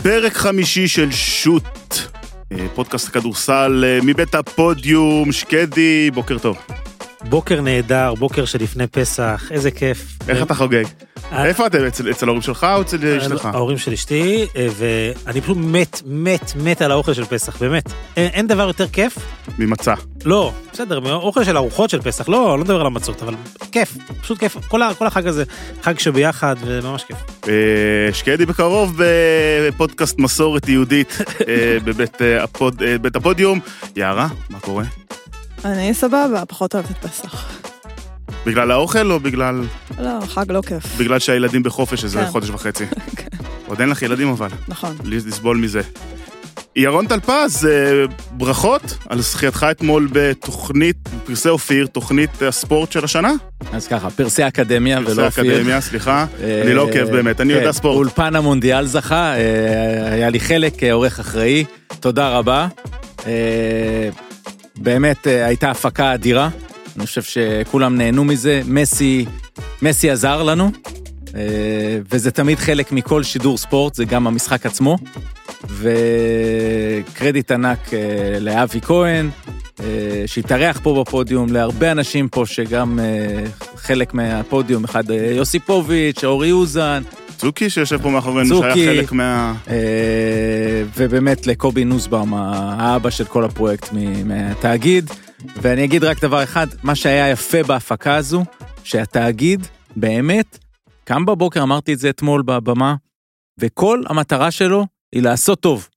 פרק 5 של שוט, פודקאסט כדורסל מבית הפודיום. שקדי, בוקר טוב. בוקר נהדר, בוקר שלפני פסח, איזה כיף. איך אתה חוגג? איפה אתם? אצל ההורים שלך או אצל אשתך? ההורים של אשתי, ואני פשוט מת על האוכל של פסח, באמת. אין דבר יותר כיף. ממצה. לא, בסדר, אוכל של ארוחות של פסח, לא נדבר על המצות, אבל כיף, פשוט כיף. כל החג הזה, חג שביחד, וממש כיף. שקדי בקרוב בפודקאסט מסורת יהודית בבית הפודיום. יערה, מה קורה? אני סבבה, פחות אוהבת את פסח. בגלל האוכל או בגלל... לא, חג לא כיף. בגלל שהילדים בחופש, איזה חודש וחצי. עוד אין לך ילדים אבל. נכון. לסבול מזה. ירון טלפז, ברכות על זכייתך אתמול בתוכנית, פרסי אופיר, תוכנית הספורט של השנה? אז ככה, פרסי אקדמיה ולא אופיר. פרסי אקדמיה, סליחה. אני לא עוקב באמת, אני יודע ספורט. אולפן המונדיאל זכה, היה לי חלק כעורך אחראי, תודה רבה. באמת הייתה הפקה אדירה, אני חושב שכולם נהנו מזה, מסי עזר לנו, וזה תמיד חלק מכל שידור ספורט, זה גם המשחק עצמו, וקרדיט ענק לאבי כהן, שהתארח פה בפודיום, להרבה אנשים פה שגם חלק מהפודיום, אחד יוסיפוביץ', אורי אוזן, צוקי שיושב פה מאחורינו, שהיה חלק ובאמת לקובי נוסבאום, האבא של כל הפרויקט מהתאגיד, ואני אגיד רק דבר אחד, מה שהיה יפה בהפקה הזו, שהתאגיד באמת, קם בבוקר, אמרתי את זה אתמול בבמה, וכל המטרה שלו היא לעשות טוב.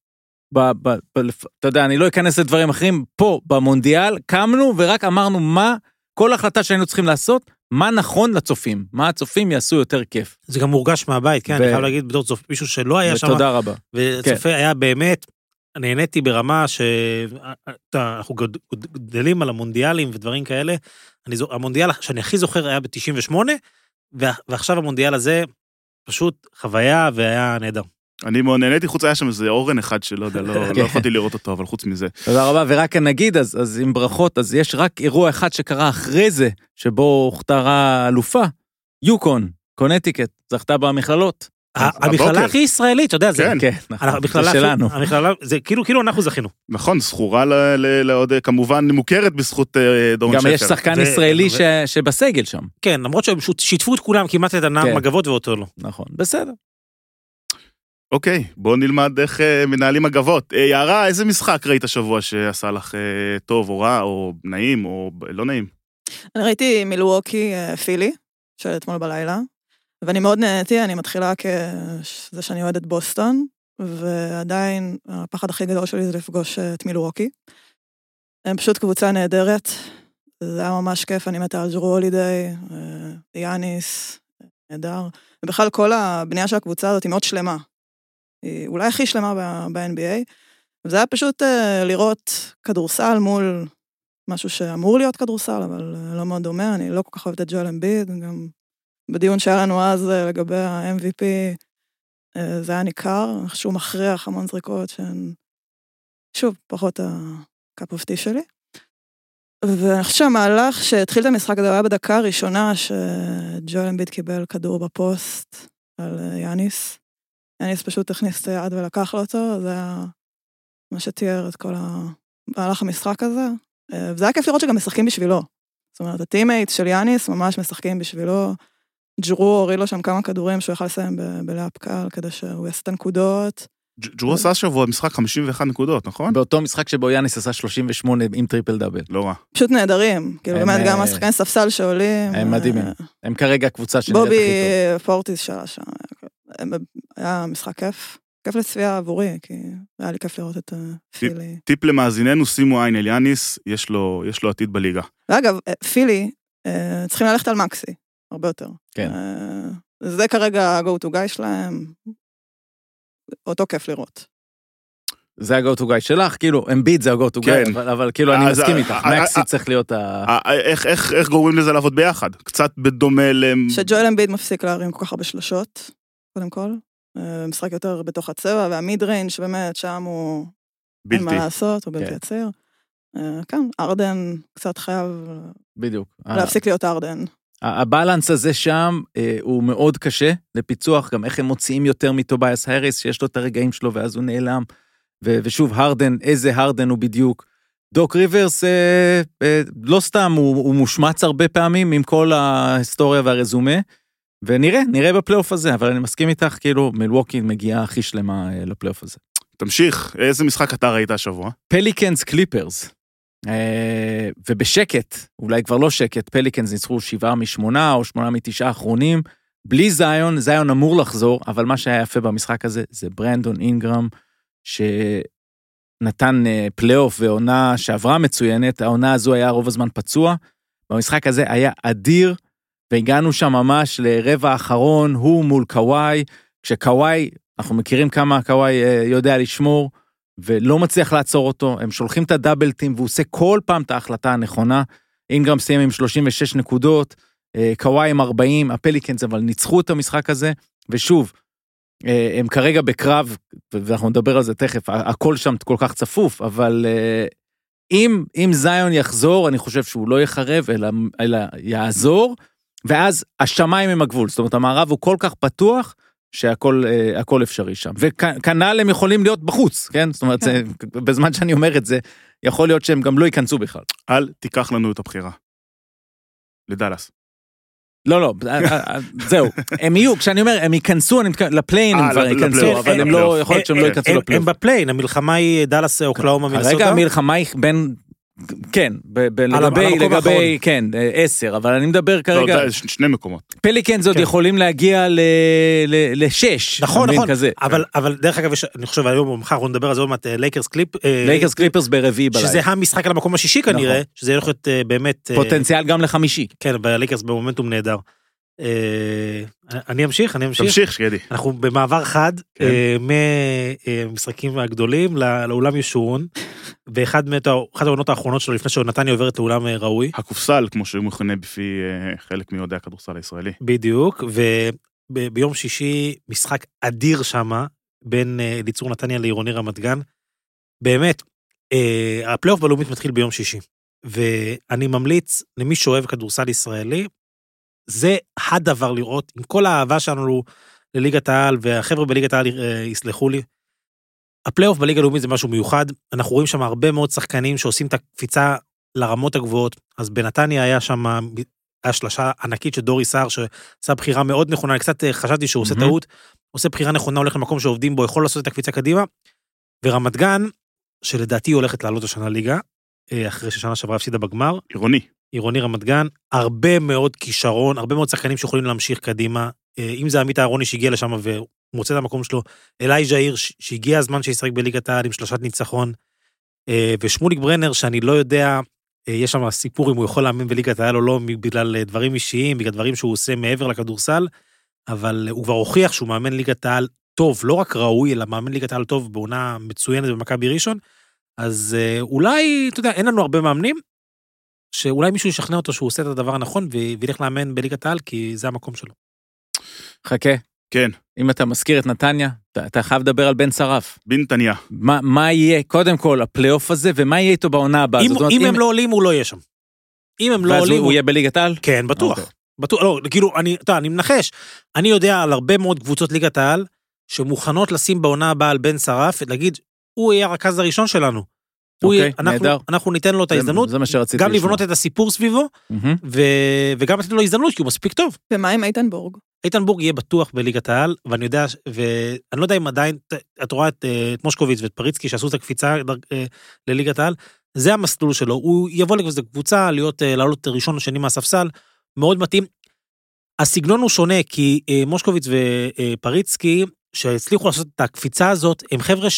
אתה יודע, אני לא אכנס לדברים אחרים, פה במונדיאל, קמנו ורק אמרנו מה, כל החלטה שהיינו צריכים לעשות, מה נכון לצופים, מה הצופים יעשו יותר כיף. זה גם מורגש מהבית, כן, אני חייב להגיד בתור צופ, מישהו שלא היה שם. תודה רבה. וצופה היה באמת, נהניתי ברמה שאנחנו גדלים על המונדיאלים ודברים כאלה, המונדיאל שאני הכי זוכר היה ב-98, ועכשיו המונדיאל הזה פשוט חוויה והיה נהדר. אני מאוד נהניתי, חוץ היה שם איזה אורן אחד שלא יודע, לא יכולתי לראות אותו, אבל חוץ מזה. תודה רבה, ורק נגיד, אז עם ברכות, אז יש רק אירוע אחד שקרה אחרי זה, שבו הוכתרה אלופה, יוקון, קונטיקט, זכתה במכללות. המכללה הכי ישראלית, אתה יודע, זה שלנו. זה כאילו אנחנו זכינו. נכון, זכורה לעוד, כמובן מוכרת בזכות דורון שפר. גם יש שחקן ישראלי שבסגל שם. כן, למרות שהם שיתפו את כולם כמעט את הנער מגבות ואותו לא. נכון, בסדר. אוקיי, בואו נלמד איך מנהלים אגבות. יערה, איזה משחק ראית השבוע שעשה לך טוב או רע, או נעים, או לא נעים? אני ראיתי מילווקי פילי, של אתמול בלילה, ואני מאוד נהניתי, אני מתחילה כזה שאני אוהדת בוסטון, ועדיין הפחד הכי גדול שלי זה לפגוש את מילווקי. הם פשוט קבוצה נהדרת, זה היה ממש כיף, אני מתה על ג'רו הולידיי, יאניס, נהדר, ובכלל כל הבנייה של הקבוצה הזאת היא מאוד שלמה, היא אולי הכי שלמה ב-NBA, וזה היה פשוט לראות כדורסל מול משהו שאמור להיות כדורסל, אבל לא מאוד דומה, אני לא כל כך אוהבת את ג'ואל אמביד, גם בדיון שהיה לנו אז לגבי ה-MVP, זה היה ניכר, שהוא מכריח המון זריקות, שהן, שוב, פחות הקאפ אוף טי שלי. ואני חושב שהמהלך שהתחיל את המשחק הזה, היה בדקה הראשונה, שג'ואל אמביד קיבל כדור בפוסט על יאניס, יאניס פשוט הכניס את היד ולקח לו אותו, זה היה מה שתיאר את כל המהלך המשחק הזה, וזה היה כיף לראות שגם משחקים בשבילו. זאת אומרת, הטימייט של יאניס ממש משחקים בשבילו, ג'רו הוריד לו שם כמה כדורים שהוא יכל לסיים בלאפ קל, כדי שהוא יעשה את הנקודות. ג'רו עשה שבוע משחק 51 נקודות, נכון? באותו משחק שבו יאניס עשה 38 עם טריפל דאבל. לא רע. פשוט נהדרים, כאילו באמת גם השחקני ספסל שעולים. הם מדהימים. הם כרגע קבוצה שנראית הכי טוב. בובי פורטיס שעה שם. היה משחק כיף. כיף לצפייה עבורי, כי היה לי כיף לראות את פילי. טיפ למאזיננו, שימו עין אל יאניס, יש לו עתיד בליגה. ואגב, פילי, צריכים ללכת על מקסי, הרבה יותר. כן. זה כרגע ה-go to guy שלהם, אותו כיף לראות. זה ה-go to guy שלך, כאילו, אמביד זה ה-go to guy, אבל כאילו אני מסכים איתך, מקסי צריך להיות איך גורמים לזה לעבוד ביחד? קצת בדומה שג'ואל אמביד מפסיק להרים כל כך הרבה שלשות, קודם כל. משחק יותר בתוך הצבע, והמיד ריינג' באמת שם הוא אין מה לעשות, הוא בלתי יציר. כן, ארדן קצת חייב בדיוק. להפסיק להיות ארדן. הבלנס הזה שם הוא מאוד קשה לפיצוח, גם איך הם מוציאים יותר מטובייס האריס, שיש לו את הרגעים שלו ואז הוא נעלם, ושוב הרדן, איזה הרדן הוא בדיוק. דוק ריברס לא סתם, הוא מושמץ הרבה פעמים עם כל ההיסטוריה והרזומה, ונראה בפלייאוף הזה, אבל אני מסכים איתך, כאילו מילווקי מגיעה הכי שלמה לפלייאוף הזה. תמשיך, איזה משחק אתה ראית השבוע? פליקנס קליפרס. ובשקט, אולי כבר לא שקט, פליקנס ניצחו 7 מ-8 או 8 מ-9 האחרונים, בלי זיון, זיון אמור לחזור, אבל מה שהיה יפה במשחק הזה, זה ברנדון אינגרם, שנתן פלייאוף ועונה שעברה מצוינת, העונה הזו היה רוב הזמן פצוע, במשחק הזה היה אדיר, והגענו שם ממש לרבע האחרון, הוא מול קוואי, כשקוואי, אנחנו מכירים כמה קוואי יודע לשמור, ולא מצליח לעצור אותו, הם שולחים את הדאבל טים, והוא עושה כל פעם את ההחלטה הנכונה, אינגרם סיים עם 36 נקודות, קוואי עם 40, הפליקנס, אבל ניצחו את המשחק הזה, ושוב, הם כרגע בקרב, ואנחנו נדבר על זה תכף, הכל שם כל כך צפוף, אבל אם זיון יחזור, אני חושב שהוא לא יחרב, אלא יעזור, ואז השמיים הם הגבול, זאת אומרת, המערב הוא כל כך פתוח, שהכל אפשרי שם. וכנ"ל הם יכולים להיות בחוץ, כן? זאת אומרת, בזמן שאני אומר את זה, יכול להיות שהם גם לא ייכנסו בכלל. אל תיקח לנו את הבחירה. לדלס. לא, זהו. הם יהיו, כשאני אומר, הם ייכנסו, לפליין הם כבר ייכנסו, אבל הם לא, יכול להיות שהם לא ייכנסו לפליין. הם בפליין, המלחמה היא דלס אוקלאומה מינסוטה. רגע, המלחמה היא בין... כן, לגבי, כן, 10, אבל אני מדבר כרגע... לא, שני מקומות. פליקנס עוד יכולים להגיע ל-6. נכון, אבל דרך אגב, אני חושב, היום מחר אנחנו נדבר על זה עוד מעט, לייקרס קליפרס ברביעי בלילה. שזה המשחק על המקום השישי כנראה, שזה יכול להיות באמת... פוטנציאל גם לחמישי. כן, ולייקרס במומנטום נהדר. אני אמשיך. תמשיך, שגדי. אנחנו במעבר חד, ממשחקים הגדולים לאולם ישורון, ואחד העונות האחרונות שלו, לפני שנתניה עוברת לאולם ראוי. הקופסל, כמו שהוא מכונה בפי חלק מיודעי הכדורסל הישראלי. בדיוק, וביום שישי משחק אדיר שמה, בין ליצור נתניה לעירוני רמת גן. באמת, הפלייאוף בלאומית מתחיל ביום שישי, ואני ממליץ למי שאוהב כדורסל ישראלי, זה הדבר לראות, עם כל האהבה שלנו לליגת העל, והחבר'ה בליגת העל יסלחו לי, הפלייאוף בליגה הלאומית זה משהו מיוחד, אנחנו רואים שם הרבה מאוד שחקנים שעושים את הקפיצה לרמות הגבוהות, אז בנתניה היה שם, היה שלשה ענקית של דורי סער, שעשה בחירה מאוד נכונה, אני קצת חשבתי שהוא עושה טעות, עושה בחירה נכונה, הולך למקום שעובדים בו, יכול לעשות את הקפיצה קדימה, ורמת גן, שלדעתי הולכת לעלות השנה ליגה, אחרי ששנה שעברה הפסידה בגמר. עירוני רמת גן, הרבה מאוד כישרון, הרבה מאוד שחקנים שיכולים להמשיך קדימה, אם זה עמית הארוני שהגיע לשם ומוצא את המקום שלו, אלי ז'איר שהגיע הזמן שישחק בליגת העל עם 3 ניצחון, ושמוליק ברנר שאני לא יודע, יש שם סיפור אם הוא יכול להאמין בליגת העל או לא, בגלל דברים אישיים, בגלל דברים שהוא עושה מעבר לכדורסל, אבל הוא כבר הוכיח שהוא מאמן ליגת העל טוב, לא רק ראוי, אלא מאמן ליגת העל טוב בעונה מצוינת במכבי ראשון, אז אולי, אתה יודע, אין לנו הרבה מאמנים, שאולי מישהו ישכנע אותו שהוא עושה את הדבר הנכון, וילך לאמן בליגת העל, כי זה המקום שלו. חכה. כן. אם אתה מזכיר את נתניה, אתה חייב לדבר על בן שרף. בנתניה. מה יהיה, קודם כל, הפלייאוף הזה, ומה יהיה איתו בעונה הבאה? אם הם לא עולים, הוא לא יהיה שם. אם הם לא עולים... הוא יהיה בליגת העל? כן, בטוח. בטוח, לא, כאילו, אני מנחש, אני יודע על הרבה מאוד קבוצות ליגת העל, שמוכנות לשים בעונה הבאה על בן שרף, להגיד, הוא יהיה הרכז הראשון שלנו. אנחנו ניתן לו את ההזדמנות, גם לבנות את הסיפור סביבו, וגם לתת לו הזדמנות, כי הוא מספיק טוב. ומה עם איתן בורג? איתן בורג יהיה בטוח בליגת העל, ואני יודע, ואני לא יודע אם עדיין, את רואה את מושקוביץ ואת פריצקי, שעשו את הקפיצה לליגת העל, זה המסלול שלו, הוא יבוא לכזה קבוצה, לעלות ראשון או שני מהספסל, מאוד מתאים. הסגנון הוא שונה, כי מושקוביץ ופריצקי, שהצליחו לעשות את הקפיצה הזאת, הם חבר'ה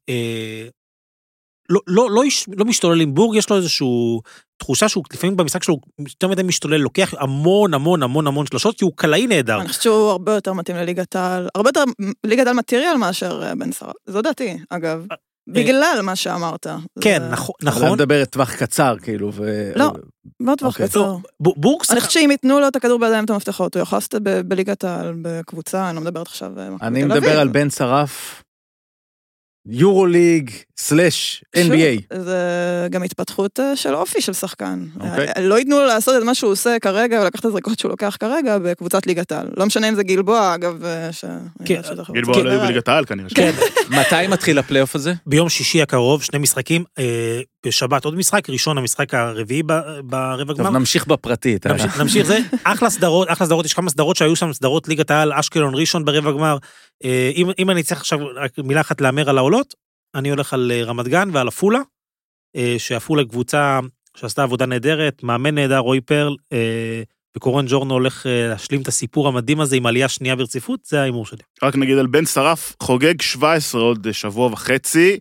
לא משתוללים. בורג יש לו איזשהו תחושה שהוא לפעמים במשחק שלו יותר מדי משתולל, לוקח המון שלושות, כי הוא קלעי נהדר. אני חושבת שהוא הרבה יותר מתאים לליגת העל, הרבה יותר ליגת העל מטריאל מאשר בן שרף. זו דעתי, אגב. בגלל מה שאמרת. כן, נכון. אבל מדברת טווח קצר, כאילו. לא טווח קצר. אני חושבת שאם ייתנו לו את הכדור בידיים את המפתחות, הוא יכול לעשות בליגת העל בקבוצה, אני לא מדברת עכשיו. אני מדבר על בן שרף, יורוליג / NBA. זה גם התפתחות של אופי של שחקן. לא ייתנו לו לעשות את מה שהוא עושה כרגע, ולקח את הזריקות שהוא לוקח כרגע בקבוצת ליגת העל. לא משנה אם זה גלבוע, אגב, גלבוע לא יהיו בליגת העל כנראה. כן. מתי מתחיל הפלייאוף הזה? ביום שישי הקרוב, 2 משחקים, בשבת עוד משחק, ראשון המשחק הרביעי ברבע גמר. טוב, נמשיך בפרטי. נמשיך זה, אחלה סדרות, יש כמה סדרות שהיו שם, סדרות ליגת העל, אשקלון ראשון ברבע גמר. אם אני צריך עכשיו מילה אחת לאמר על העולות, אני הולך על רמת גן ועל אפולה, שאפולה קבוצה שעשתה עבודה נהדרת, מאמן נהדר, רוי פרל, וקורן ג'ורנו הולך להשלים את הסיפור המדהים הזה עם עלייה שנייה ברציפות, זה האימור שלי. רק נגיד על בן שרף, חוגג 17 עוד שבוע וחצי,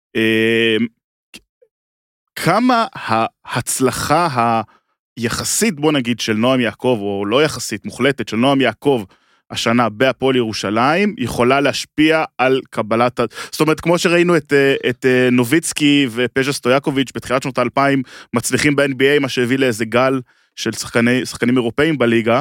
כמה ההצלחה היחסית, בוא נגיד, של נועם יעקב, או לא יחסית, מוחלטת, של נועם יעקב, השנה בהפועל ירושלים, יכולה להשפיע על קבלת, זאת אומרת, כמו שראינו את נוביצקי ופז'ה סטויאקוביץ' בתחילת שנות ה-2000, מצליחים ב-NBA, מה שהביא לאיזה גל של שחקנים אירופאים בליגה,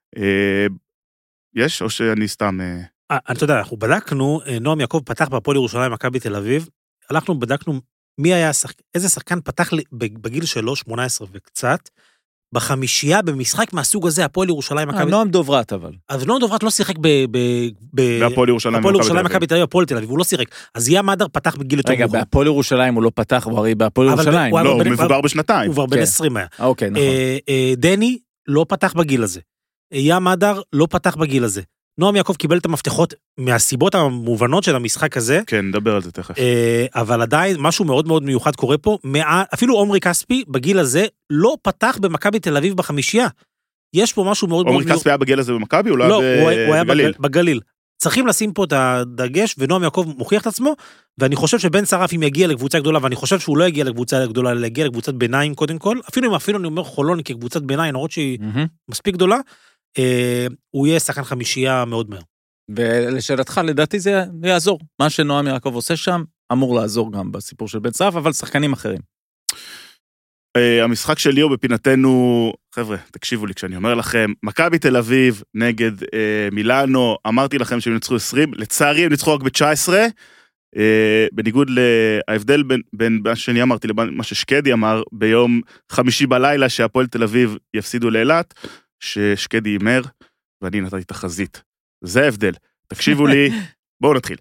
יש, או שאני סתם... אתה יודע, אנחנו בדקנו, נועם יעקב פתח בהפועל ירושלים, מכבי תל אביב, הלכנו, בדקנו מי היה, איזה שחקן פתח בגיל שלו, 18 וקצת, בחמישייה במשחק מהסוג הזה, הפועל ירושלים, מכבי... נועם דוברת אבל. אז נועם דוברת לא שיחק בהפועל ירושלים, מכבי תל אביב, הפועל תל אביב, הוא לא שיחק. אז יהיה מדר פתח בגיל יותר רגע, בהפועל ירושלים הוא לא פתח, הוא הרי בהפועל ירושלים. לא, הוא מבוגר בשנתיים. הוא כבר בן 20 היה. אוקיי, נכון. דני לא פתח בגיל הזה. יא מדר לא פתח בגיל הזה. נועם יעקב קיבל את המפתחות מהסיבות המובנות של המשחק הזה. כן, נדבר על זה תכף. אבל עדיין משהו מאוד מאוד מיוחד קורה פה, אפילו עומרי כספי בגיל הזה לא פתח במכבי תל אביב בחמישייה. יש פה משהו מאוד מאוד... עומרי כספי היה בגיל הזה במכבי? לא, הוא היה בגליל. צריכים לשים פה את הדגש, ונועם יעקב מוכיח את עצמו, ואני חושב שבן שרף אם יגיע לקבוצה גדולה, ואני חושב שהוא לא יגיע לקבוצה גדולה, אלא יגיע לקבוצת ביניים קודם כל, אפילו אני אומר חולון כקבוצת ביניים, למרות שהיא מספיק גדולה, הוא יהיה שחקן חמישייה מאוד מהר. ולשאלתך, לדעתי זה יעזור. מה שנועם יעקב עושה שם, אמור לעזור גם בסיפור של בן שרף, אבל שחקנים אחרים. המשחק של ליאו בפינתנו, חבר'ה, תקשיבו לי כשאני אומר לכם, מכבי תל אביב נגד מילאנו, אמרתי לכם שהם ניצחו 20, לצערי הם ניצחו רק ב-19, בניגוד להבדל בין מה שאני אמרתי למה ששקדי אמר, ביום חמישי בלילה שהפועל תל אביב יפסידו לאילת, ששקדי יימר, ואני נתתי תחזית. זה ההבדל. תקשיבו לי, בואו נתחיל.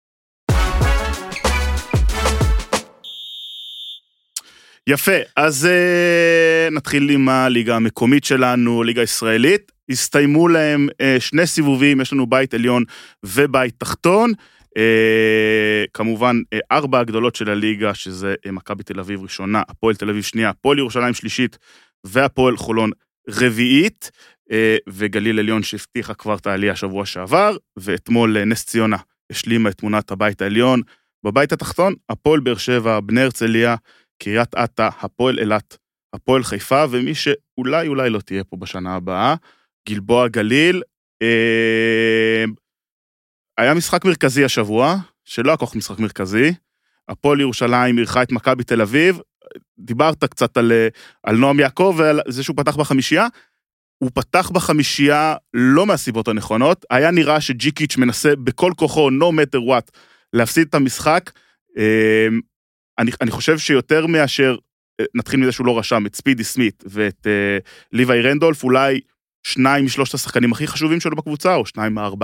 יפה, אז נתחיל עם הליגה המקומית שלנו, ליגה ישראלית. הסתיימו להם 2 סיבובים, יש לנו בית עליון ובית תחתון. כמובן 4 הגדולות של הליגה, שזה מכבי תל אביב ראשונה, הפועל תל אביב שנייה, הפועל ירושלים שלישית, והפועל חולון רביעית, וגליל עליון שהבטיחה כבר את העלייה שבוע שעבר, ואתמול נס ציונה השלימה את תמונת הבית העליון. בבית התחתון, הפועל באר שבע, בני הרצליה, קריית אתא, הפועל אילת, הפועל חיפה, ומי שאולי לא תהיה פה בשנה הבאה, גלבוע גליל. היה משחק מרכזי השבוע, שלא הכוח משחק מרכזי, הפועל ירושלים אירחה את מכבי תל אביב, דיברת קצת על נועם יעקב ועל זה שהוא פתח בחמישייה, הוא פתח בחמישייה לא מהסיבות הנכונות, היה נראה שג'יקיץ' מנסה בכל כוחו, no matter what, להפסיד את המשחק. אני חושב שיותר מאשר, נתחיל מזה שהוא לא רשם את ספידי סמית ואת ליוואי רנדולף, אולי 2 מ3 השחקנים הכי חשובים שלו בקבוצה, או 2 מ4,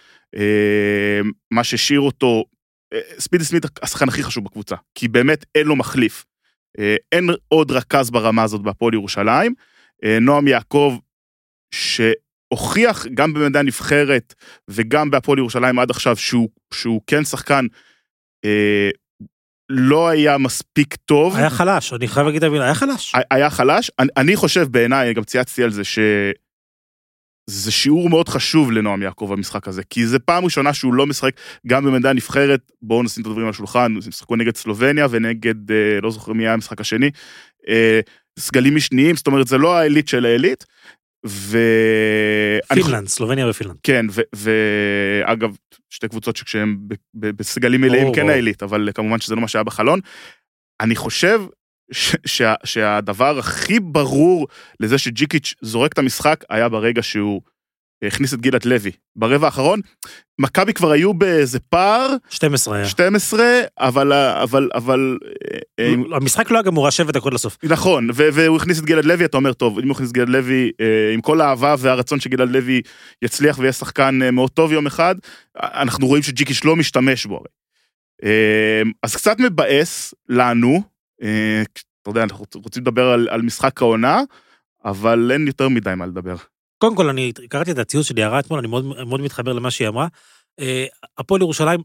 מה ששיר אותו, ספידי סמית השחקן הכי חשוב בקבוצה, כי באמת אין לו מחליף. אין עוד רכז ברמה הזאת בהפועל ירושלים. נועם יעקב, שהוכיח גם במדעי הנבחרת, וגם בהפועל ירושלים עד עכשיו, שהוא כן שחקן, לא היה מספיק טוב. היה חלש, אני חייב להגיד, היה חלש. היה חלש. אני חושב בעיניי, גם צייצתי על זה, זה שיעור מאוד חשוב לנועם יעקב במשחק הזה, כי זה פעם ראשונה שהוא לא משחק גם במדעי הנבחרת, בואו נשים את הדברים על השולחן, משחקו נגד סלובניה ונגד, לא זוכר מי היה המשחק השני, סגלים משניים, זאת אומרת, זה לא האליט של האליט, פינלנד, סלובניה ופינלנד. כן, ואגב, 2 קבוצות שכשהם בסגלים מלאים כן האליט, אבל כמובן שזה לא מה שהיה בחלון. אני חושב שהדבר הכי ברור לזה שג'יקיץ' זורק את המשחק, היה ברגע שהוא הכניס את גלעד לוי. ברבע האחרון, מכבי כבר היו באיזה פער, 12 היה. 12, אבל... המשחק לא היה גמור, 7 דקות לסוף. נכון, והוא הכניס את גלעד לוי, אתה אומר, טוב, אם הוא הכניס את גלעד לוי, עם כל האהבה והרצון שגלעד לוי יצליח ויהיה שחקן מאוד טוב יום אחד, אנחנו רואים שג'יקיץ' לא משתמש בו. אז קצת מבאס לנו, אתה יודע, אנחנו רוצים לדבר על משחק העונה, אבל אין יותר מדי מה לדבר. קודם כל, אני קראתי את הציוץ שלי, הראה אתמול, אני מאוד מתחבר למה שהיא אמרה. הפועל ירושלים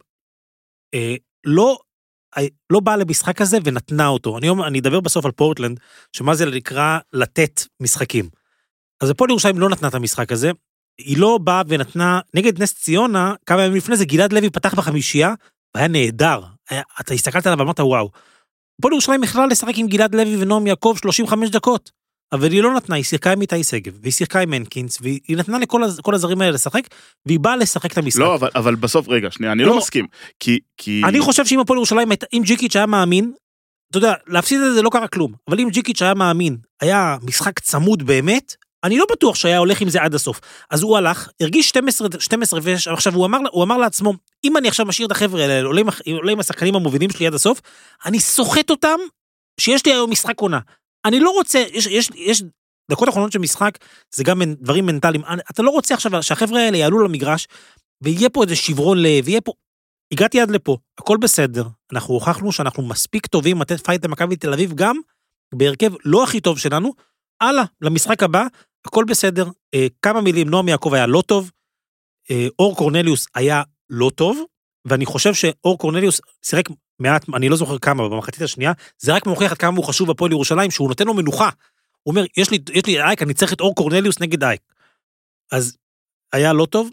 לא באה למשחק הזה ונתנה אותו. אני אדבר בסוף על פורטלנד, שמה זה נקרא לתת משחקים. אז הפועל ירושלים לא נתנה את המשחק הזה, היא לא באה ונתנה, נגד נס ציונה, כמה ימים לפני זה, גלעד לוי פתח בחמישייה, והיה נהדר. אתה הסתכלת עליו ואמרת, וואו. הפועל ירושלים בכלל לשחק עם גלעד לוי ונועם יעקב 35 דקות. אבל היא לא נתנה, היא שיחקה עם איתי שגב, והיא שיחקה עם הנקינס, והיא נתנה לכל הזרים האלה לשחק, והיא באה לשחק את המשחק. לא, אבל בסוף, רגע, שנייה, אני לא מסכים, כי... אני חושב שאם הפועל ירושלים, אם ג'יקיץ' היה מאמין, אתה יודע, להפסיד את זה לא קרה כלום, אבל אם ג'יקיץ' היה מאמין, היה משחק צמוד באמת, אני לא בטוח שהיה הולך עם זה עד הסוף. אז הוא הלך, הרגיש 12 ועכשיו הוא אמר לעצמו, אם אני עכשיו משאיר את החבר'ה האלה, עולה עם השחקנים המובילים שלי עד הסוף, אני סוחט אותם שיש לי היום משחק עונה. אני לא רוצה, יש דקות אחרונות של משחק, זה גם דברים מנטליים, אתה לא רוצה עכשיו שהחבר'ה האלה יעלו למגרש, ויהיה פה איזה שברון לב, ויהיה פה, הגעתי עד לפה, הכל בסדר, אנחנו הוכחנו שאנחנו מספיק טובים, לתת פייט למכבי תל אביב, גם בהרכב לא הכי טוב שלנו, הלאה, למשחק הבא, הכל בסדר, כמה מילים, נועם יעקב היה לא טוב, אור קורנליוס היה לא טוב, ואני חושב שאור קורנליוס שיחק מעט, אני לא זוכר כמה, במחצית השנייה, זה רק מוכיח עד כמה הוא חשוב בפועל ירושלים, שהוא נותן לו מנוחה. הוא אומר, יש לי אייק, אני צריך את אור קורנליוס נגד אייק. אז היה לא טוב.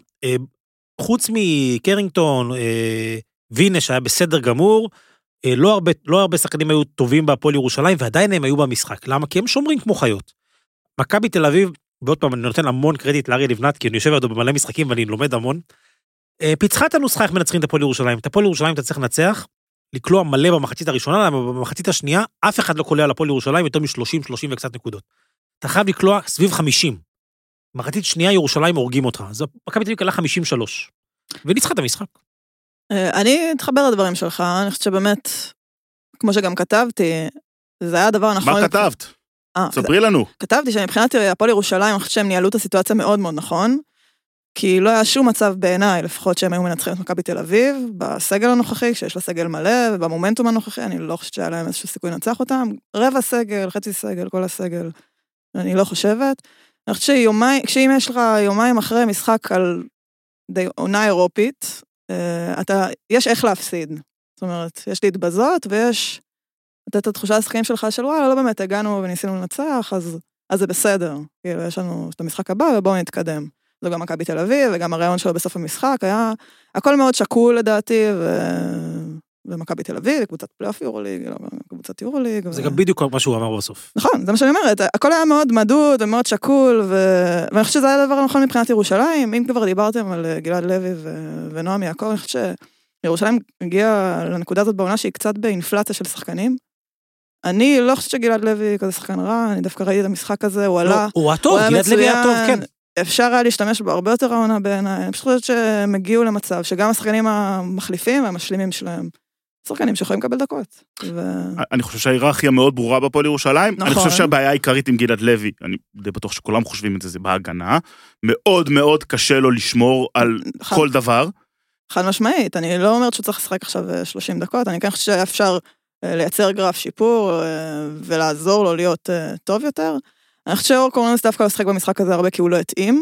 חוץ מקרינגטון, וינה שהיה בסדר גמור, לא הרבה שחקנים היו טובים בפועל ירושלים, ועדיין הם היו במשחק. למה? כי הם שומרים כמו חיות. מכבי תל אביב, ועוד פעם, אני נותן המון קרדיט לאריה לבנת, כי אני יושב עדו במלא משחקים ואני לומד המון. פיצחה את הנוסחה איך מנצחים את הפועל ירושלים. את הפועל ירושלים אתה צריך לנצח, לקלוע מלא במחצית הראשונה, במחצית השנייה, אף אחד לא קולע על הפועל ירושלים יותר מ-30 וקצת נקודות. אתה חייב לקלוע סביב 50. מחצית שנייה ירושלים הורגים אותך. אז מכבי תל אביב קלה 53. וניצחה את המשחק. אני אתחבר לדברים שלך, אני חושבת שבאמת, כמו שגם כתבתי, זה היה הדבר הנכון. מה כתבת? ספרי לנו. כתבתי שמבחינת הפועל ירושלים, אני חושבת שהם ניהלו את הסיטואציה מאוד מאוד נכון, כי לא היה שום מצב בעיניי, לפחות שהם היו מנצחים את מכבי תל אביב, בסגל הנוכחי, שיש לה סגל מלא, ובמומנטום הנוכחי, אני לא חושבת שהיה להם איזשהו סיכוי לנצח אותם, רבע סגל, חצי סגל, כל הסגל, אני לא חושבת. אני חושבת שאם יש לך יומיים אחרי משחק על עונה אירופית, יש איך להפסיד. זאת אומרת, יש להתבזות, ויש את התחושה השחקים שלך של וואלה, לא באמת הגענו וניסינו לנצח, אז זה בסדר. כאילו, יש לנו את המשחק הבא, ובואו נתקדם. זו גם מכבי תל אביב, וגם הרעיון שלו בסוף המשחק, היה הכל מאוד שקול לדעתי, ומכבי תל אביב, קבוצת פלייאוף יורוליג, קבוצת יורוליג. זה גם בדיוק מה שהוא אמר בסוף. נכון, זה מה שאני אומרת, הכל היה מאוד מדוד ומאוד שקול, ואני חושבת שזה היה הדבר הנכון מבחינת ירושלים, אם כבר דיברתם על גלעד לוי ונועם יעקב, אני חושבת שירושלים הגיעה לנקודה הזאת בעונה שהיא קצת באינפלציה של שחקנים. אני לא חושבת שגלעד לוי כזה שחקן רע, אני דווקא ראיתי את המשחק הזה, הוא עלה, הוא הטוב, גלעד לוי היה טוב, כן. אפשר היה להשתמש בו הרבה יותר העונה בעיניי, אני פשוט חושבת שהם הגיעו למצב שגם השחקנים המחליפים והמשלימים שלהם, שחקנים שיכולים לקבל דקות. אני חושב שההיררכיה מאוד ברורה בפועל ירושלים, אני חושב שהבעיה העיקרית עם גלעד לוי, אני די בטוח שכולם חושבים את זה, זה בהגנה, מאוד מאוד קשה לו לשמור על כל דבר. חד משמעית, אני לא אומרת שהוא צריך לשחק עכשיו 30 דקות, אני כן חושב שאפשר לייצר גרף שיפור, ולעזור לו להיות טוב יותר. אני חושבת שאור קורנליוס דווקא לשחק במשחק הזה הרבה כי הוא לא התאים.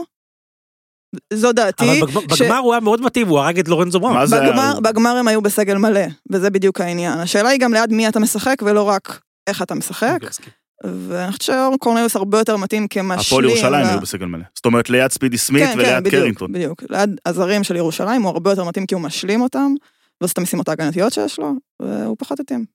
זו דעתי. אבל בגמר הוא היה מאוד מתאים, הוא הרג את לורנזו בראון. בגמר הם היו בסגל מלא, וזה בדיוק העניין. השאלה היא גם ליד מי אתה משחק, ולא רק איך אתה משחק. ואני חושבת שאור קורנליוס הרבה יותר מתאים כמשלים. הפועל ירושלים היו בסגל מלא. זאת אומרת, ליד ספידי סמית וליד קרינגטון. בדיוק. ליד הזרים של ירושלים הוא הרבה יותר מתאים כי הוא משלים אותם, ועושה את המשימות ההגנתיות שיש לו, והוא פחות התאים.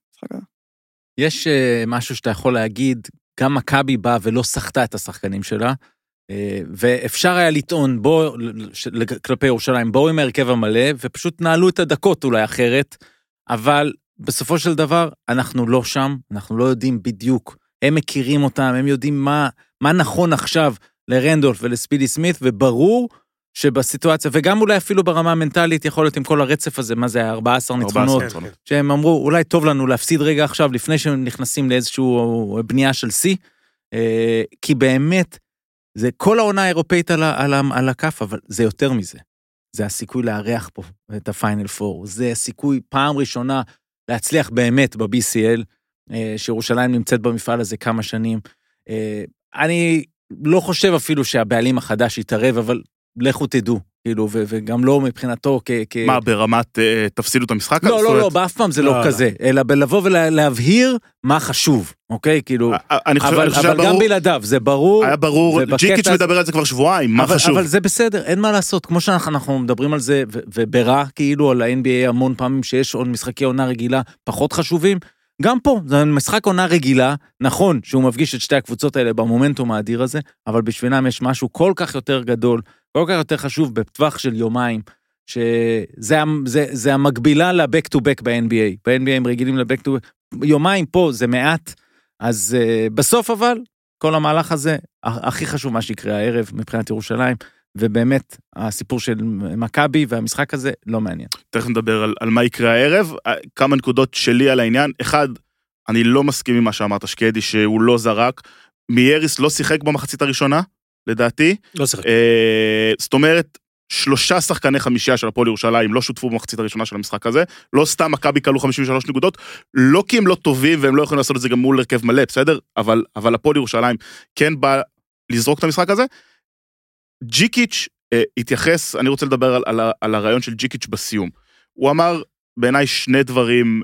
יש משהו שאתה יכול להגיד, גם מכבי באה ולא שחתה את השחקנים שלה, ואפשר היה לטעון בו, כלפי ירושלים, בואו עם ההרכב המלא, ופשוט נעלו את הדקות אולי אחרת, אבל בסופו של דבר, אנחנו לא שם, אנחנו לא יודעים בדיוק, הם מכירים אותם, הם יודעים מה נכון עכשיו לרנדולף ולספידי סמית, וברור שבסיטואציה, וגם אולי אפילו ברמה המנטלית, יכול להיות עם כל הרצף הזה, מה זה, 14 ניצחונות, שהם אמרו, אולי טוב לנו להפסיד רגע עכשיו, לפני שהם נכנסים לאיזשהו בנייה של C, כי באמת, זה כל העונה האירופאית על הכף, אבל זה יותר מזה. זה הסיכוי לארח פה את הפיינל 4, זה הסיכוי פעם ראשונה להצליח באמת ב-BCL, שירושלים נמצאת במפעל הזה כמה שנים. אני לא חושב אפילו שהבעלים החדש יתערב, אבל לכו תדעו, כאילו, וגם לא מבחינתו מה, ברמת תפסידו את המשחק? לא, באף פעם זה לא כזה, אלא בלבוא ולהבהיר מה חשוב, אוקיי? כאילו, אבל גם בלעדיו, זה ברור. היה ברור, ג'יקיץ' מדבר על זה כבר שבועיים, מה חשוב? אבל זה בסדר, אין מה לעשות, כמו שאנחנו מדברים על זה, וברע, כאילו, על ה-NBA המון פעמים שיש עוד משחקי עונה רגילה פחות חשובים, גם פה, זה משחק עונה רגילה, נכון שהוא מפגיש את שתי הקבוצות האלה במומנטום האדיר הזה, אבל בשבילם יש משהו כל כך יותר גדול, כל כך יותר חשוב בטווח של יומיים, שזה המקבילה ל-back to back ב-NBA. ב-NBA הם רגילים ל-back to back, יומיים פה זה מעט, אז בסוף אבל, כל המהלך הזה, הכי חשוב מה שיקרה הערב מבחינת ירושלים, ובאמת הסיפור של מכבי והמשחק הזה לא מעניין. תכף נדבר על מה יקרה הערב, כמה נקודות שלי על העניין, אחד, אני לא מסכים עם מה שאמרת שקדי, שהוא לא זרק, מייריס לא שיחק במחצית הראשונה, לדעתי. לא שיחק. זאת אומרת, 3 שחקני חמישייה של הפועל ירושלים לא שותפו במחצית הראשונה של המשחק הזה, לא סתם מכבי קלו 53 נקודות, לא כי הם לא טובים והם לא יכולים לעשות את זה גם מול הרכב מלא, בסדר? אבל הפועל ירושלים כן בא לזרוק את המשחק הזה. ג'יקיץ' התייחס, אני רוצה לדבר על הרעיון של ג'יקיץ' בסיום. הוא אמר בעיניי 2 דברים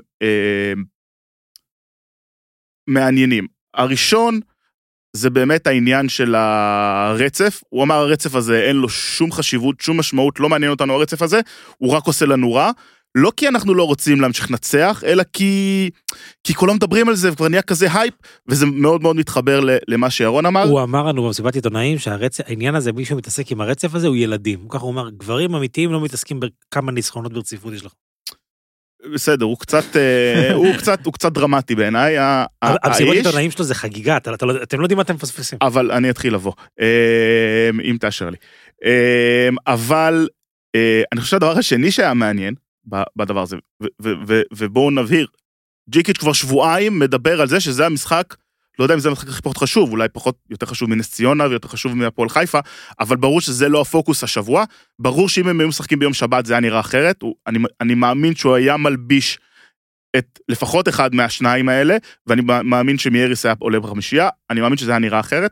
מעניינים. הראשון, זה באמת העניין של הרצף, הוא אמר הרצף הזה אין לו שום חשיבות, שום משמעות, לא מעניין אותנו הרצף הזה, הוא רק עושה לנו רע, לא כי אנחנו לא רוצים להמשיך לנצח, אלא כי כולם מדברים על זה, וכבר נהיה כזה הייפ, וזה מאוד מאוד מתחבר למה שירון אמר. הוא אמר לנו במסיבת עיתונאים, שהעניין הזה, מי שמתעסק עם הרצף הזה, הוא ילדים. הוא ככה הוא אמר, גברים אמיתיים לא מתעסקים בכמה ניסחונות ברציפות יש לך. בסדר, הוא קצת דרמטי בעיניי. המסיבות עיתונאים שלו זה חגיגה, אתם לא יודעים מה אתם מפספסים. אבל אני אתחיל לבוא, אם תאשר לי. אבל אני חושב שהדבר השני שהיה מעניין בדבר הזה, ובואו נבהיר, ג'יקיץ' כבר שבועיים מדבר על זה שזה המשחק, לא יודע אם זה המשחק הכי פחות חשוב, אולי פחות יותר חשוב מנס ציונה ויותר חשוב מהפועל חיפה, אבל ברור שזה לא הפוקוס השבוע, ברור שאם הם היו משחקים ביום שבת זה היה נראה אחרת, אני מאמין שהוא היה מלביש את לפחות אחד מהשניים האלה, ואני מאמין שמייריס היה עולה בחמישייה, אני מאמין שזה היה נראה אחרת.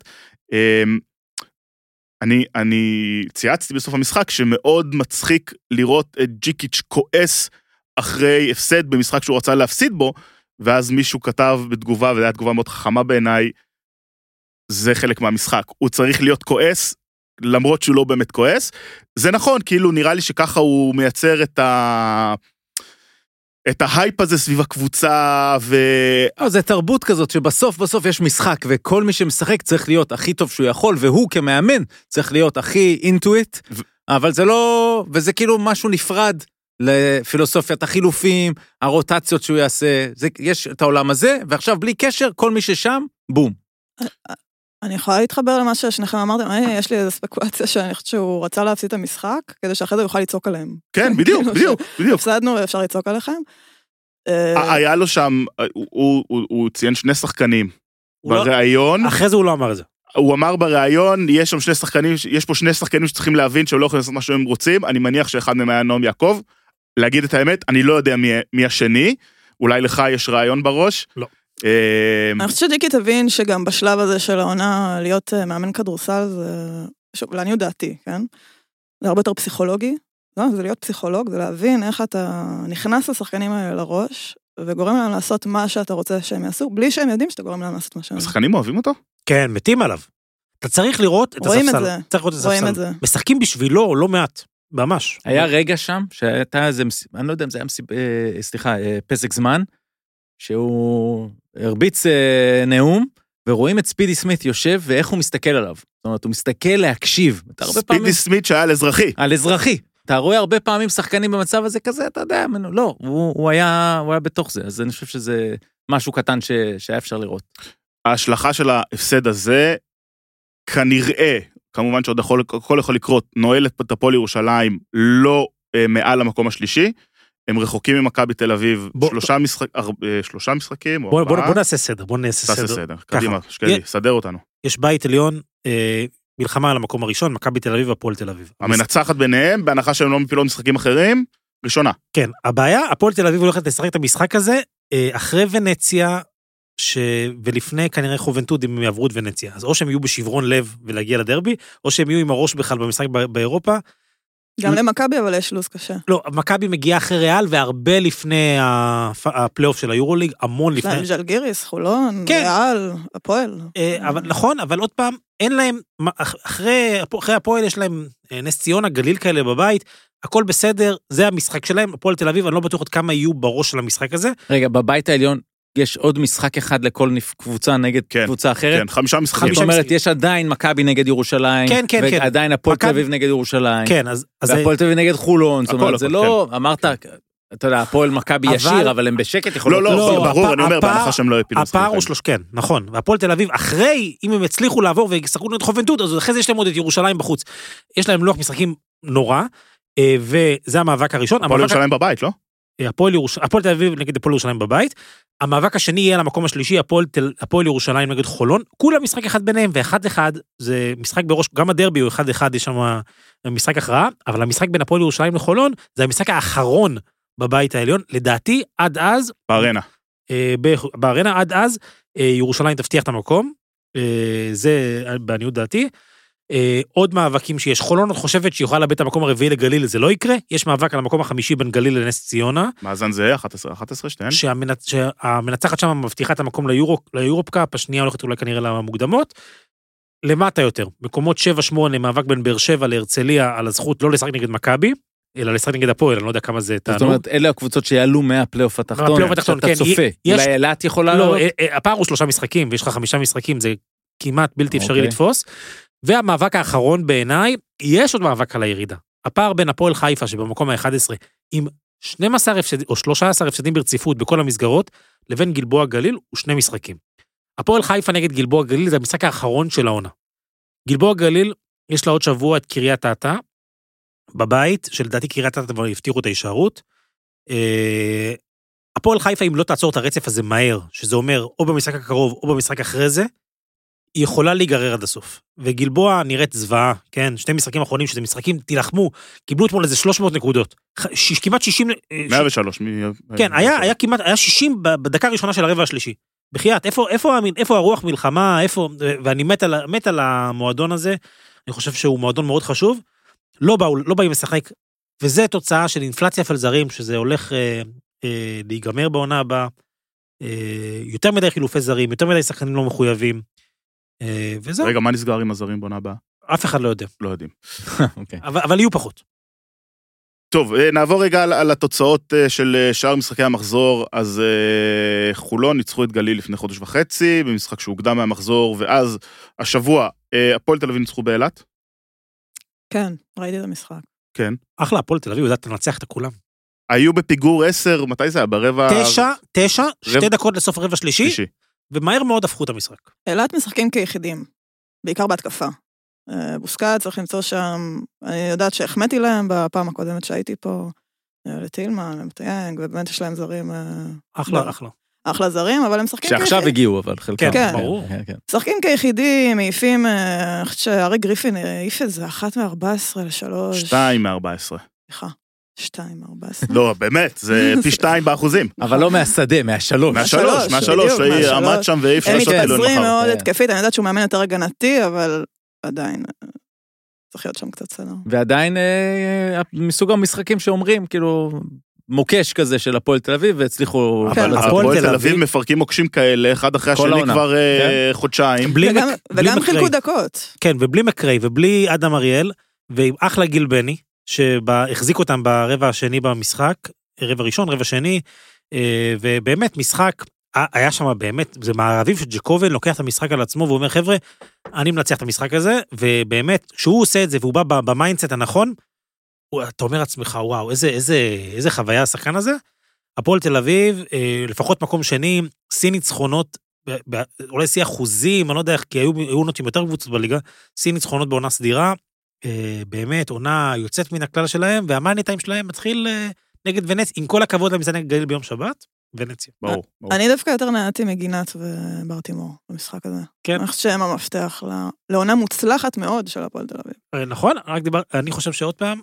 אני צייצתי בסוף המשחק שמאוד מצחיק לראות את ג'יקיץ' כועס אחרי הפסד במשחק שהוא רצה להפסיד בו, ואז מישהו כתב בתגובה, וזו הייתה תגובה מאוד חכמה בעיניי, זה חלק מהמשחק. הוא צריך להיות כועס, למרות שהוא לא באמת כועס. זה נכון, כאילו נראה לי שככה הוא מייצר את ההייפ הזה סביב הקבוצה, זה תרבות כזאת שבסוף יש משחק, וכל מי שמשחק צריך להיות הכי טוב שהוא יכול, והוא כמאמן צריך להיות הכי אינטואיט, אבל זה לא, וזה כאילו משהו נפרד, לפילוסופיית החילופים, הרוטציות שהוא יעשה, יש את העולם הזה, ועכשיו בלי קשר, כל מי ששם, בום. אני יכולה להתחבר למה ששניכם אמרתם, יש לי איזו ספקואציה שאני חושבת שהוא רצה להפסיד את המשחק, כדי שאחרי זה הוא יוכל לצעוק עליהם. כן, בדיוק. הפסדנו ואפשר לצעוק עליכם. היה לו שם, הוא ציין 2 שחקנים בראיון. אחרי זה הוא לא אמר את זה. הוא אמר בראיון, יש פה 2 שחקנים שצריכים להבין שהם לא יכולים לעשות מה שהם רוצים, אני מניח שאחד מהם היה נועם יעקב, להגיד את האמת, אני לא יודע מי השני, אולי לך יש רעיון בראש. לא. אני חושבת שג'יקי תבין שגם בשלב הזה של העונה, להיות מאמן כדורסל, זה לעניות דעתי, כן? זה הרבה יותר פסיכולוגי, זה להיות פסיכולוג, זה להבין איך אתה נכנס לשחקנים האלה לראש, וגורם להם לעשות מה שאתה רוצה שהם יעשו, בלי שהם יודעים שאתה גורם להם לעשות מה שהם יעשו. השחקנים אוהבים אותו? כן, מתים עליו. אתה צריך לראות את הספסל. רואים את זה. משחקים בשבילו לא מעט, ממש. היה רגע שם, שהייתה איזה, אני לא יודע אם זה היה פסק זמן, שהוא הרביץ נאום, ורואים את ספידי סמית יושב, ואיך הוא מסתכל עליו. זאת אומרת, הוא מסתכל להקשיב. ספידי סמית שהיה על אזרחי. על אזרחי. אתה רואה הרבה פעמים שחקנים במצב הזה כזה, אתה יודע, לא, הוא היה בתוך זה, אז אני חושב שזה משהו קטן שהיה אפשר לראות. ההשלכה של ההפסד הזה, כמובן שעוד הכל יכול לקרות, נועלת את הפועל ירושלים לא מעל המקום השלישי, הם רחוקים ממכבי תל אביב, שלושה משחקים, או 4. בוא נעשה סדר, תעשה סדר, קדימה, שקדי, סדר אותנו. יש בית עליון, מלחמה על המקום הראשון, מכבי תל אביב והפועל תל אביב. המנצחת ביניהם, בהנחה שהם לא מפילות משחקים אחרים, ראשונה. כן, הבעיה, הפועל תל אביב הולכת לשחק את המשחק הזה, אחרי ונציה, ולפני כנראה חובנטוד אם הם יעברו את ונציה. אז או שהם יהיו בשברון לב ולהגיע לדרבי, או שהם יהיו עם הראש בכלל במשחק באירופה. גם למכבי, אבל יש לוז קשה. לא, מכבי מגיעה אחרי ריאל, והרבה לפני הפלייאוף של היורוליג, המון לפני. יש להם ז'לגיריס, חולון, ריאל, הפועל. נכון, אבל עוד פעם, אין להם, אחרי הפועל יש להם נס ציונה, גליל כאלה בבית, הכל בסדר, זה המשחק שלהם, הפועל תל אביב, אני לא בטוח עוד כמה יהיו בראש של המשחק הזה. רגע, בבית העליון יש עוד משחק אחד לכל קבוצה נגד קבוצה אחרת? כן, 5 משחקים. זאת אומרת, יש עדיין מכבי נגד ירושלים, ועדיין הפועל תל אביב נגד ירושלים, והפועל תל אביב נגד חולון, זאת אומרת, זה לא, אמרת, אתה יודע, הפועל מכבי ישיר, אבל הם בשקט יכולים... לא, ברור, אני אומר, בהנחה שהם לא הפילו משחקים. הפער הוא 3, כן, נכון, והפועל תל אביב, אחרי, אם הם הצליחו לעבור וישחקו נגד חובנטות, אז אחרי זה יש להם עוד את ירושלים בחוץ. יש להם לוח משחקים נורא, וזה המאבק הראשון. הפועל ירושלים בבית, לא? הפועל תל אביב נגד הפועל ירושלים בבית. המאבק השני יהיה על המקום השלישי, הפועל ירושלים נגד חולון. כולם משחק אחד ביניהם, ו1-1, זה משחק בראש, גם הדרבי הוא 1-1, יש שם משחק הכרעה, אבל המשחק בין הפועל ירושלים לחולון, זה המשחק האחרון בבית העליון. לדעתי, עד אז... בארנה, עד אז, ירושלים תבטיח את המקום. זה בעניות דעתי. עוד מאבקים שיש, חולון עוד חושבת שיוכל לאבד את המקום הרביעי לגליל, זה לא יקרה, יש מאבק על המקום החמישי בין גליל לנס ציונה. מאזן זה 11, שתיהן? שהמנצחת שם מבטיחה את המקום ליורופקאפ, השנייה הולכת אולי כנראה למוקדמות. למטה יותר, מקומות 7-8, מאבק בין באר שבע להרצליה על הזכות לא לשחק נגד מכבי, אלא לשחק נגד הפועל, אני לא יודע כמה זה תענו. זאת אומרת, אלה הקבוצות שיעלו מהפלייאוף התחתון, שאתה צופה. אולי אלת יכולה לא, הפער הוא 3 משחקים, ויש לך 5 משחקים, זה כמעט בלתי אפשרי לתפוס. והמאבק האחרון בעיניי, יש עוד מאבק על הירידה. הפער בין הפועל חיפה, שבמקום ה-11, עם 12 הפסדים, או 13 הפסדים ברציפות בכל המסגרות, לבין גלבוע גליל, הוא 2 משחקים. הפועל חיפה נגד גלבוע גליל, זה המשחק האחרון של העונה. גלבוע גליל, יש לה עוד שבוע את קריית אתא, בבית, שלדעתי קריית אתא כבר יפתירו את ההישארות. הפועל חיפה, אם לא תעצור את הרצף הזה מהר, שזה אומר, או במשחק הקרוב, או במשחק אחרי זה, היא יכולה להיגרר עד הסוף. וגלבוע נראית זוועה, כן? 2 משחקים אחרונים, שזה משחקים, תילחמו, קיבלו אתמול איזה 300 נקודות. כמעט 60... 103. כן, היה כמעט, היה 60 בדקה הראשונה של הרבע השלישי. בחייאת, איפה הרוח מלחמה, ואני מת על המועדון הזה, אני חושב שהוא מועדון מאוד חשוב, לא באים לשחק, וזה תוצאה של אינפלציה פלזרים, שזה הולך להיגמר בעונה הבאה, יותר מדי חילופי זרים, יותר מדי שחקנים לא מחויבים, וזהו. רגע, מה נסגר עם הזרים בעונה הבאה? אף אחד לא יודע. לא יודעים. אבל יהיו פחות. טוב, נעבור רגע על התוצאות של שאר משחקי המחזור. אז חולון ניצחו את גליל לפני חודש וחצי, במשחק שהוקדם מהמחזור, ואז השבוע הפועל תל אביב ניצחו באילת. כן, ראיתי את המשחק. כן. אחלה, הפועל תל אביב יודעת לנצח את כולם. היו בפיגור 10, מתי זה היה? ברבע... 9, 2 דקות לסוף רבע שלישי, ומהר מאוד הפכו את המשחק. אילת משחקים כיחידים, בעיקר בהתקפה. בוסקה צריך למצוא שם, אני יודעת שהחמאתי להם בפעם הקודמת שהייתי פה, לטילמן, למטיינג, ובאמת יש להם זרים... אחלה זרים, אבל הם משחקים כיחידים. שעכשיו הגיעו, אבל חלקם. כן, ברור. משחקים כיחידים, מעיפים, אני חושבת שהרי גריפין העיף את זה, 1 מ-14 ל-3. 2 מ-14. סליחה. 2 מ-14. לא, באמת, זה פי 2 באחוזים. אבל לא מהשדה, מהשלוש. מהשלוש, שהיא עמד שם ואיף הם מתפזרים מאוד התקפית, אני יודעת שהוא מאמן יותר הגנתי, אבל עדיין צריך להיות שם קצת סדר. ועדיין מסוג המשחקים שאומרים, כאילו, מוקש כזה של הפועל תל אביב, והצליחו... אבל הפועל תל אביב מפרקים מוקשים כאלה, אחד אחרי השני כבר חודשיים. וגם חילקו דקות. כן, ובלי מקרי, ובלי אדם אריאל, ועם אחלה גיל בני, שהחזיק אותם ברבע השני במשחק, רבע ראשון, רבע שני, ובאמת משחק, היה שם באמת, זה מערבים שג'קובן לוקח את המשחק על עצמו, והוא אומר, חבר'ה, אני מנצח את המשחק הזה, ובאמת, כשהוא עושה את זה, והוא בא במיינדסט הנכון, אתה אומר עצמך, וואו, איזה חוויה השחקן הזה. הפועל תל אביב, לפחות מקום שני, שיא ניצחונות אולי שיא אחוזים, אני לא יודע איך, כי היו נוטים יותר קבוצות בליגה, שיא ניצחונות בעונה סדירה, באמת, עונה יוצאת מן הכלל שלהם, והמאני טיים שלהם מתחיל נגד ונציה, עם כל הכבוד למשחק גליל ביום שבת, ונציה. ברור. אני דווקא יותר נהניתי מגינת וברטימור במשחק הזה. כן. אני חושבת שהם המפתח לעונה מוצלחת מאוד של הפועל תל אביב. נכון, אני חושב שעוד פעם,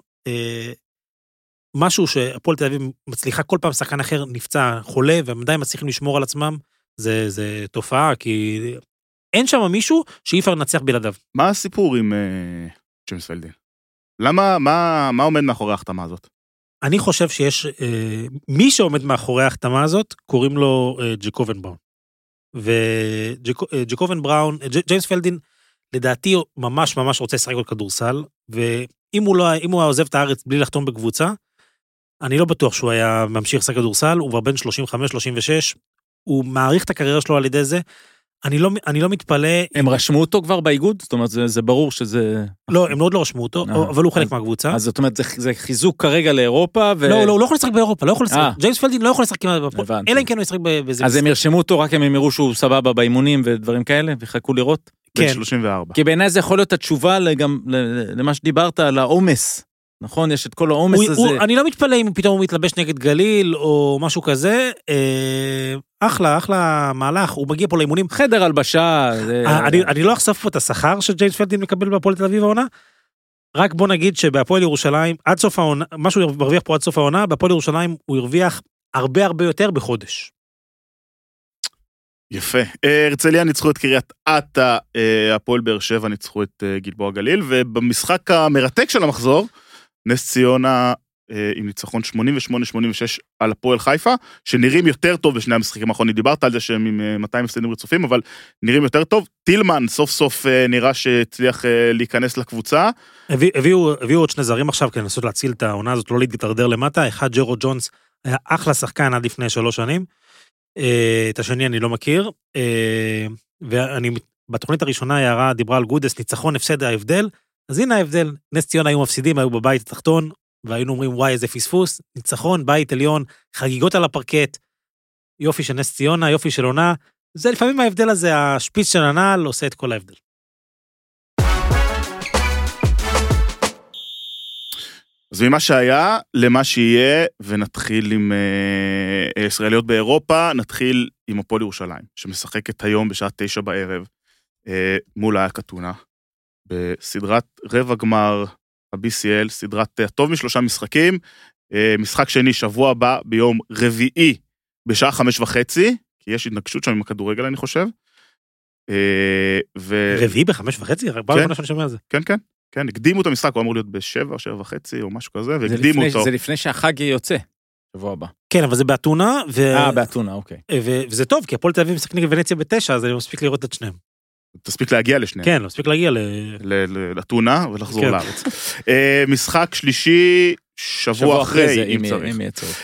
משהו שהפועל תל אביב מצליחה כל פעם שחקן אחר נפצע, חולה, והם עדיין מצליחים לשמור על עצמם, זה תופעה, כי אין שם מישהו שאי אפשר לנצח בלעדיו. מה הסיפור עם ג'יימס פלדין? למה, מה עומד מאחורי ההחתמה הזאת? אני חושב שיש, מי שעומד מאחורי ההחתמה הזאת, קוראים לו ג'קובן בראון. וג'קובן בראון, ג'יימס פלדין, לדעתי ממש ממש רוצה לשחק עוד כדורסל, ואם הוא היה עוזב את הארץ בלי לחתום בקבוצה, אני לא בטוח שהוא היה ממשיך לשחק כדורסל, הוא כבר בין 35-36, הוא מעריך את הקריירה שלו על ידי זה, אני לא מתפלא... הם רשמו אותו כבר באיגוד? זאת אומרת, זה ברור שזה... לא, הם עוד לא רשמו אותו, אבל הוא חלק מהקבוצה. אז זאת אומרת, זה חיזוק כרגע לאירופה, לא, הוא לא יכול לשחק באירופה, לא יכול לשחק. ג'יימס פלדין לא יכול לשחק כמעט באירופה, אלא אם כן הוא ישחק בזה. אז הם ירשמו אותו רק אם הם יראו שהוא סבבה באימונים ודברים כאלה, ויחכו לראות? כן. 34. כי בעיניי זה יכול להיות התשובה גם למה שדיברת על העומס. נכון? יש את כל העומס הזה. אני לא מתפלא אם פתאום הוא מתלבש נגד גליל או משהו כזה. אחלה מהלך, הוא מגיע פה לאימונים. חדר הלבשה. אני לא אחשוף פה את השכר שג'יימס פלדין מקבל בהפועל תל אביב העונה. רק בוא נגיד שבהפועל ירושלים, עד סוף העונה, משהו ירוויח פה עד סוף העונה, בהפועל ירושלים הוא הרוויח הרבה הרבה יותר בחודש. יפה. הרצליה ניצחו את קריית אתא, הפועל באר שבע ניצחו את גלבוע גליל, ובמשחק המרתק של המחזור, נס ציונה עם ניצחון 88-86 על הפועל חיפה, שנראים יותר טוב בשני המשחקים האחרונים, דיברת על זה שהם עם 200 הפסדים רצופים, אבל נראים יותר טוב. טילמן סוף סוף נראה שהצליח להיכנס לקבוצה. הביאו עוד שני זרים עכשיו כדי לנסות להציל את העונה הזאת, לא להתדרדר למטה. אחד, ג'רו ג'ונס, היה אחלה שחקן עד לפני 3 שנים. את השני אני לא מכיר. ואני בתוכנית הראשונה הערה דיברה על גודס, ניצחון הפסד ההבדל. אז הנה ההבדל, נס ציונה היו מפסידים, היו בבית התחתון, והיינו אומרים, וואי, איזה פספוס, ניצחון, בית עליון, חגיגות על הפרקט, יופי של נס ציונה, יופי של עונה, זה לפעמים ההבדל הזה, השפיץ של הנעל עושה את כל ההבדל. אז ממה שהיה, למה שיהיה, ונתחיל עם ישראליות באירופה, נתחיל עם הפועל ירושלים, שמשחקת היום בשעה 9 בערב, מול האיה קטונה, בסדרת רבע גמר ה-BCL, סדרת הטוב מ3 משחקים, משחק שני שבוע הבא ביום רביעי בשעה 5:30, כי יש התנגשות שם עם הכדורגל אני חושב. רביעי ב5:30? פעם ראשונה שאני שומע על זה. כן, הקדימו את המשחק, הוא אמור להיות ב7 או 7:30 או משהו כזה, והקדימו אותו. זה לפני שהחג יוצא, שבוע הבא. כן, אבל זה באתונה. באתונה, אוקיי. וזה טוב, כי הפועל תל אביב משחק נגד ונציה ב9, אז אני מספיק לראות את שניהם. תספיק להגיע לשניהם. כן, מספיק להגיע לאתונה ולחזור לארץ. משחק שלישי, שבוע אחרי, אם צריך.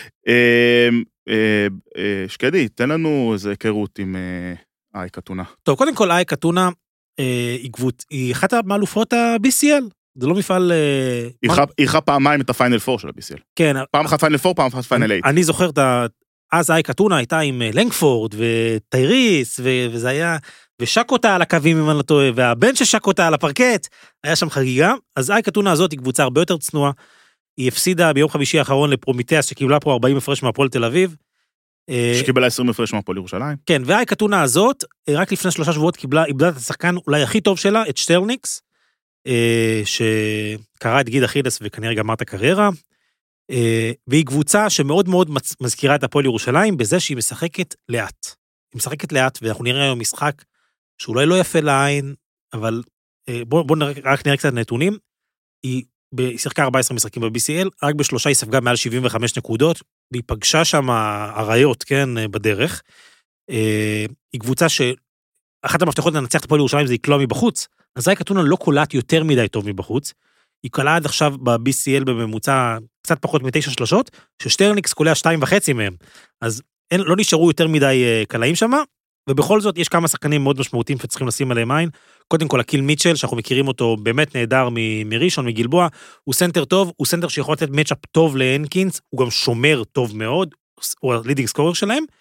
שקדי, תן לנו איזה היכרות עם האיה קטונה. טוב, קודם כל, האיה קטונה היא אחת מהאלופות ה-BCL. זה לא מפעל... היא אירחה פעמיים את הפיינל 4 של ה-BCL. כן. פעם אחת פיינל 4, פעם אחת פיינל 8. אני זוכר אז האיה קטונה הייתה עם לנגפורד וטייריס, וזה היה... ושק אותה על הקווים אם אני לא טועה, והבן ששק אותה על הפרקט, היה שם חגיגה. אז האיה קטונה הזאת היא קבוצה הרבה יותר צנועה, היא הפסידה ביום חמישי האחרון לפרומיטאס, שקיבלה פה 40 הפרש מהפועל תל אביב. שקיבלה 20 הפרש מהפועל ירושלים. כן, והאיה קטונה הזאת, רק לפני 3 שבועות איבדה את השחקן אולי הכי טוב שלה, את שטרניקס, שקרא את גיד אחידס וכנראה גמר את הקריירה, והיא קבוצה שמאוד מאוד מזכירה את הפועל ירושלים, בזה שהיא משחקת לאט. היא משחקת לאט, ואנחנו נראה היום משחק שאולי לא יפה לעין, אבל בואו רק נראה קצת נתונים. היא שיחקה 14 משחקים ב-BCL, רק ב3 היא ספגה מעל 75 נקודות, והיא פגשה שם הראיות, כן, בדרך. היא קבוצה שאחת המפתחות לנצח את הפועל ירושלים זה לקלוע מבחוץ, אז האיה קטונה לא קולעת יותר מדי טוב מבחוץ, היא קולעה עד עכשיו ב-BCL בממוצע קצת פחות מ9 שלשות, ששטרניקס קולע 2.5 מהם, אז לא נשארו יותר מדי קלעים שם, ובכל זאת יש כמה שחקנים מאוד משמעותיים שצריכים לשים עליהם עין. קודם כל הקיל מיטשל, שאנחנו מכירים אותו באמת נהדר מראשון, מגלבוע, הוא סנטר טוב, הוא סנטר שיכול לתת מצ'אפ טוב להנקינס, הוא גם שומר טוב מאוד, הוא הלידינג סקורר שלהם.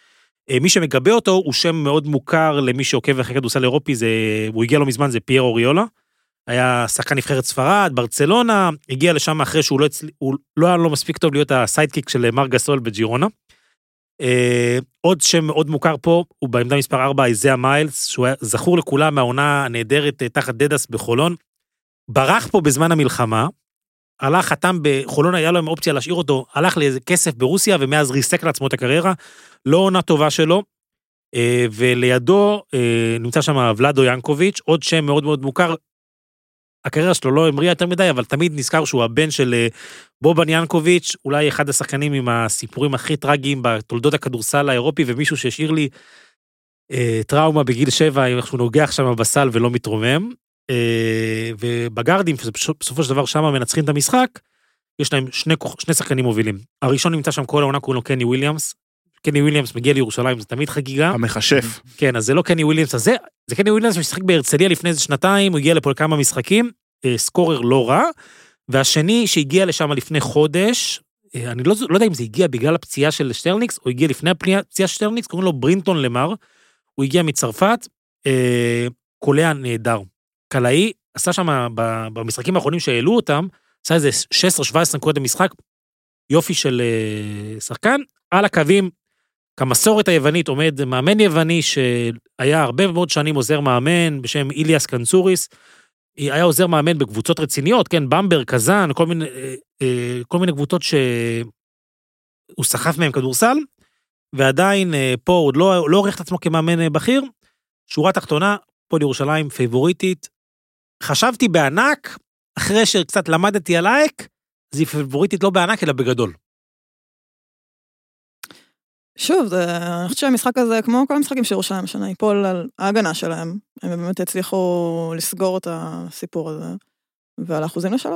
מי שמגבה אותו הוא שם מאוד מוכר למי שעוקב אחרי כדורסל אירופי, הוא הגיע לא מזמן, זה פייר אוריולה, היה שחקן נבחרת ספרד, ברצלונה, הגיע לשם אחרי שהוא לא היה לו מספיק טוב להיות הסיידקיק של מר גסול בג'ירונה. עוד שם מאוד מוכר פה, הוא בעמדה מספר 4, איזיה מיילס, שהוא היה זכור לכולם מהעונה הנהדרת תחת דדס בחולון, ברח פה בזמן המלחמה, הלך חתם בחולון, היה לו עם אופציה להשאיר אותו, הלך לאיזה כסף ברוסיה, ומאז ריסק לעצמו את הקריירה, לא עונה טובה שלו, ולידו נמצא שם ולדו ינקוביץ', עוד שם מאוד מאוד מוכר, הקריירה שלו לא המריאה יותר מדי, אבל תמיד נזכר שהוא הבן של בובן ינקוביץ', אולי אחד השחקנים עם הסיפורים הכי טרגיים בתולדות הכדורסל האירופי, ומישהו שהשאיר לי טראומה בגיל 7, אם הוא נוגח שם בסל ולא מתרומם, ובגרדים, בסופו של דבר שם מנצחים את המשחק, יש להם שני שחקנים מובילים. הראשון נמצא שם כל העונה, קוראים לו קני וויליאמס, קני וויליאמס מגיע לירושלים, זה תמיד חגיגה. המחשף. כן, אז זה לא קני וויליאמס, זה קני וויליאמס שמשחק בהרצליה לפני איזה שנתיים, הוא הגיע לפה לכמה משחקים, סקורר לא רע, והשני שהגיע לשם לפני חודש, אני לא יודע אם זה הגיע בגלל הפציעה של שטרניקס, או הגיע לפני הפציעה של שטרניקס, קוראים לו ברינטון למר, הוא הגיע מצרפת, קולע נהדר. קלעי, עשה שם במשחקים האחרונים שהעלו אותם, עשה איזה 16-17 נקודות במשחק, יופי של שחקן, על הקווים, כמסורת היוונית עומד מאמן יווני, שהיה הרבה מאוד שנים עוזר מאמן, בשם איליאס קנצוריס, היה עוזר מאמן בקבוצות רציניות, כן, במבר, קזן, כל מיני קבוצות שהוא סחף מהם כדורסל, ועדיין פה עוד לא עורך את עצמו כמאמן בכיר, שורה תחתונה, פה לירושלים פייבוריטית, חשבתי בענק, אחרי שקצת למדתי עלייק, אז היא פייבוריטית לא בענק, אלא בגדול. שוב, אני חושבת שהמשחק הזה, כמו כל המשחקים של ירושלים, שאני אפול על ההגנה שלהם, הם באמת הצליחו לסגור את הסיפור הזה, ועל אחוזים ל3.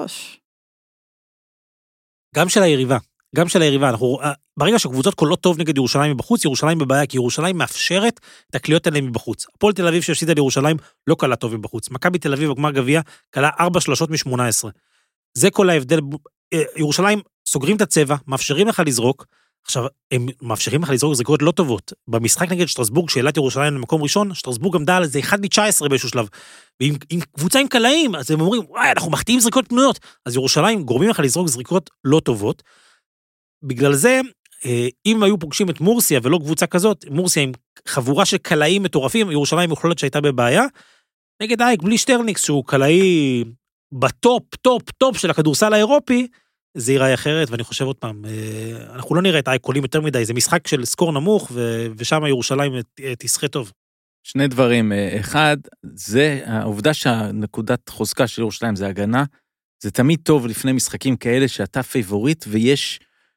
גם של היריבה, ברגע שקבוצות קולות טוב נגד ירושלים מבחוץ, ירושלים בבעיה, כי ירושלים מאפשרת את הקליעות האלה מבחוץ. הפועל תל אביב שהפסידה לירושלים לא קלה טוב מבחוץ. מכבי תל אביב בגמר גביע קלה 4 שלשות מ-18. זה כל ההבדל. ירושלים סוגרים את הצבע, מאפשרים לך לזרוק, עכשיו, הם מאפשרים לך לזרוק זריקות לא טובות. במשחק נגד שטרסבורג, שאלת ירושלים למקום ראשון, שטרסבורג עמדה על זה 1-19 באיזשהו שלב. ועם קבוצה עם קלעים, אז הם אומרים, וואי, אנחנו מחטיאים זריקות פנויות. אז ירושלים גורמים לך לזרוק זריקות לא טובות. בגלל זה, אם היו פוגשים את מורסיה ולא קבוצה כזאת, מורסיה עם חבורה של קלעים מטורפים, ירושלים יכולת שהייתה בבעיה, נגד אייק, בלי שטרניקס, שהוא קלעי בטופ של הכדורסל האירופי, זה ייראה אחרת, ואני חושב עוד פעם, אנחנו לא נראה את אייק קולים יותר מדי, זה משחק של סקור נמוך, ושם ירושלים תשחה טוב. שני דברים, אחד, זה העובדה שהנקודת חוזקה של ירושלים זה הגנה, זה תמיד טוב לפני משחקים כאלה שאתה פייבוריט, ויש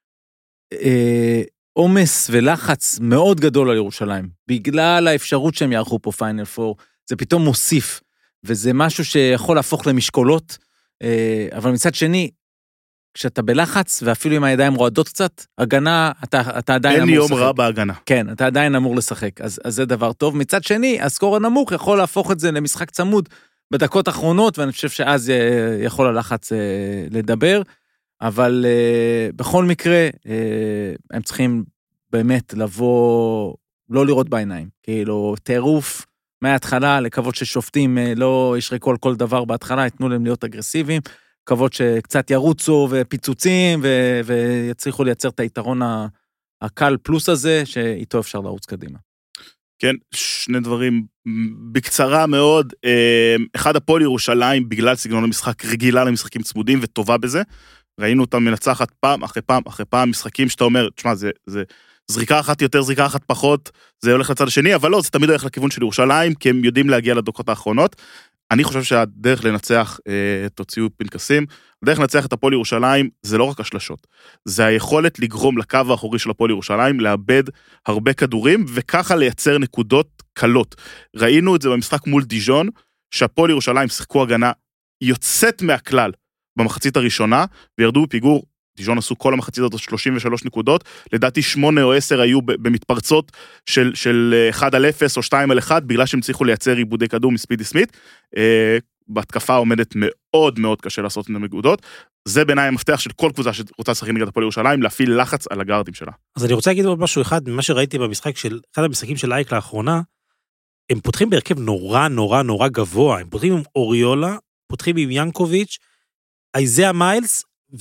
עומס ולחץ מאוד גדול על ירושלים, בגלל האפשרות שהם יערכו פה פיינל פור, זה פתאום מוסיף, וזה משהו שיכול להפוך למשקולות, אבל מצד שני, כשאתה בלחץ, ואפילו עם הידיים רועדות קצת, הגנה, אתה עדיין אמור לשחק. אין יום רע בהגנה. כן, אתה עדיין אמור לשחק, אז זה דבר טוב. מצד שני, הסקור הנמוך יכול להפוך את זה למשחק צמוד בדקות האחרונות, ואני חושב שאז יכול הלחץ לדבר, אבל בכל מקרה, הם צריכים באמת לבוא, לא לראות בעיניים, כאילו טירוף מההתחלה, לקוות ששופטים לא ישרקו על כל דבר בהתחלה, יתנו להם להיות אגרסיביים, לקוות שקצת ירוצו ופיצוצים, ויצליחו לייצר את היתרון הקל פלוס הזה, שאיתו אפשר לרוץ קדימה. כן, שני דברים בקצרה מאוד, אחד הפועל ירושלים, בגלל סגנון המשחק, רגילה למשחקים צמודים וטובה בזה, ראינו אותם מנצחת פעם אחרי פעם אחרי פעם, משחקים שאתה אומר, תשמע, זה זריקה אחת יותר, זריקה אחת פחות, זה הולך לצד השני, אבל לא, זה תמיד הולך לכיוון של ירושלים, כי הם יודעים להגיע לדקות האחרונות. אני חושב שהדרך לנצח, תוציאו פנקסים, הדרך לנצח את הפועל ירושלים, זה לא רק השלשות, זה היכולת לגרום לקו האחורי של הפועל ירושלים, לאבד הרבה כדורים, וככה לייצר נקודות קלות. ראינו את זה במשחק מול דיז'ון, שהפועל ירושלים שיחקו הגנה יוצאת מהכלל, במחצית הראשונה, וירדו בפיגור, דיז'ון עשו כל המחצית הזאת 33 נקודות, לדעתי 8 או 10 היו במתפרצות של 1-0 או 2-1, בגלל שהם צריכו לייצר עיבודי כדור מספידי סמית, בהתקפה עומדת מאוד מאוד קשה לעשות את המגודות, זה בעיניי המפתח של כל קבוצה שרוצה לשחק נגד הפועל ירושלים, להפעיל לחץ על הגארדים שלה. אז אני רוצה להגיד עוד משהו אחד, ממה שראיתי במשחק של, אחד המשחקים של אייק לאחרונה, הם פותחים בהרכב נורא נורא נורא גבוה, הם פותחים עם אוריולה, פותחים עם ינקוביץ', איזיה מיילס,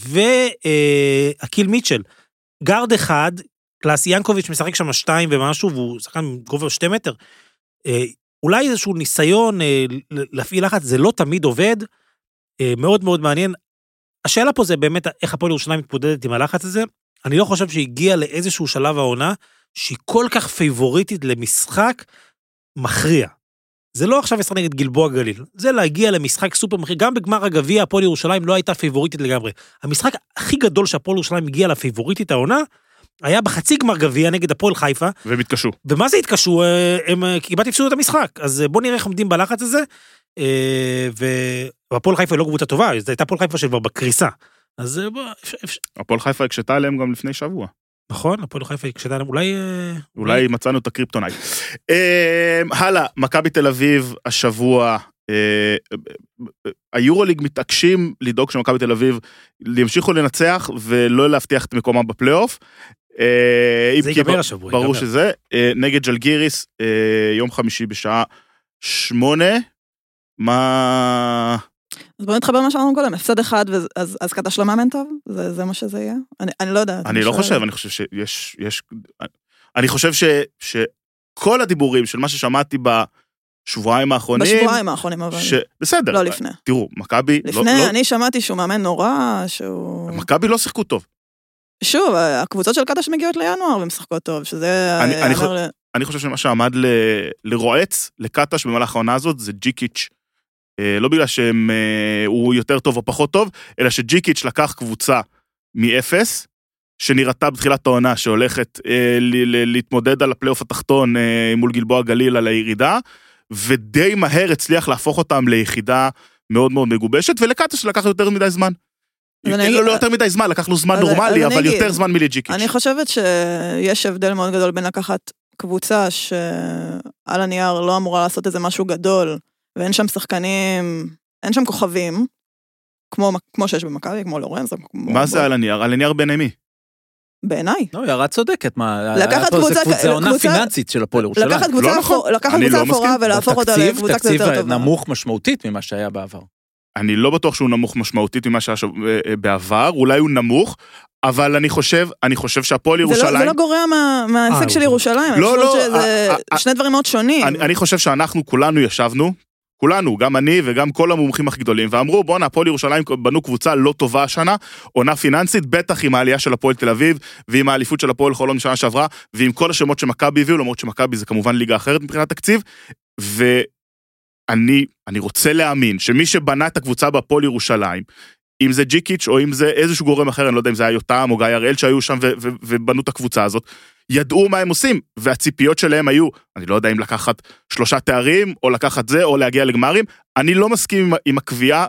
ואקיל מיטשל. גארד אחד, קלאסי, ינקוביץ' משחק שם 2 ומשהו, והוא שחקן גובה 2 מטר. אולי איזשהו ניסיון להפעיל לחץ, זה לא תמיד עובד, מאוד מאוד מעניין. השאלה פה זה באמת איך הפועל ירושלים מתמודדת עם הלחץ הזה. אני לא חושב שהגיע לאיזשהו שלב העונה, שהיא כל כך פייבוריטית למשחק מכריע. זה לא עכשיו משחק נגד גלבוע גליל, זה להגיע למשחק סופר מכריע, גם בגמר הגביע הפועל ירושלים לא הייתה פייבוריטית לגמרי. המשחק הכי גדול שהפועל ירושלים הגיע לפייבוריטית העונה, היה בחצי גמר גביע נגד הפועל חיפה. והם התקשו. ומה זה התקשו? הם כמעט הפסידו את המשחק. אז בוא נראה איך עומדים בלחץ הזה, והפועל חיפה היא לא קבוצה טובה, זו הייתה הפועל חיפה שכבר בקריסה. אז הפועל חיפה הקשתה עליהם גם לפני שבוע. נכון, הפועל חיפה הקשתה עליהם, אולי מצאנו את הקריפטונייט. הלאה, מכבי תל אביב השבוע, היורוליג מתעקשים לדאוג שמכבי תל אביב ימשיכו לנצח ולא להבטיח את מקומם בפלייאוף. זה ייגמר השבוע. ברור שזה. נגד ג'לגיריס, יום חמישי בשעה 8. מה... אז בואו נתחבר מה שאמרנו קודם, הפסד אחד, אז קטע של המאמן טוב? זה מה שזה יהיה? אני לא יודעת. אני לא חושב, אני חושב שיש... אני חושב שכל הדיבורים של מה ששמעתי בשבועיים האחרונים... בשבועיים האחרונים, אבל... בסדר. לא לפני. תראו, מכבי... לפני, אני שמעתי שהוא מאמן נורא, שהוא... מכבי לא שיחקו טוב. שוב, הקבוצות של קטע שמגיעות לינואר ומשחקות טוב, שזה... אני חושב שמה שעמד לרועץ, לקטש במהלך העונה הזאת, זה ג'יקיץ'. לא בגלל שהוא יותר טוב או פחות טוב, אלא שג'יקיץ' לקח קבוצה מ-0, שנראתה בתחילת העונה, שהולכת להתמודד על הפלייאוף התחתון מול גלבוע גליל על הירידה, ודי מהר הצליח להפוך אותם ליחידה מאוד מאוד מגובשת, ולקטש לקח יותר מדי זמן. לא יותר מדי זמן, לקח לו זמן נורמלי, אבל יותר זמן מלג'יקיץ'. אני חושבת שיש הבדל מאוד גדול בין לקחת קבוצה שעל הנייר לא אמורה לעשות איזה משהו גדול, ואין שם שחקנים, אין שם כוכבים, כמו שיש במכבי, כמו לורנז. מה זה על הנייר? על הנייר בעיני מי? בעיניי. לא, ירד צודקת, מה? לקחת קבוצה... זה עונה פיננסית של הפועל ירושלים. לקחת קבוצה אפורה ולהפוך אותה לקבוצה קצת יותר טובה. תקציב נמוך משמעותית ממה שהיה בעבר. אני לא בטוח שהוא נמוך משמעותית ממה שהיה בעבר, אולי הוא נמוך, אבל אני חושב שהפועל ירושלים... זה לא גורע מההישג של ירושלים, אני חושבת שזה שני דברים מאוד שונים. אני חושב שאנחנו כולנו ישבנו, כולנו, גם אני וגם כל המומחים הכי גדולים, ואמרו, בוא הפועל ירושלים בנו קבוצה לא טובה השנה, עונה פיננסית, בטח עם העלייה של הפועל תל אביב, ועם האליפות של הפועל חולון משנה שעברה, ועם כל השמות שמכבי הביאו, למרות שמכבי זה כמובן ליגה אחרת מבחינת תקציב, אני רוצה להאמין שמי שבנה את הקבוצה בהפועל ירושלים, אם זה ג'יקיץ' או אם זה איזשהו גורם אחר, אני לא יודע אם זה היה יותם או גיא הראל שהיו שם ובנו את הקבוצה הזאת, ידעו מה הם עושים, והציפיות שלהם היו, אני לא יודע אם לקחת 3 תארים, או לקחת זה, או להגיע לגמרים, אני לא מסכים עם הקביעה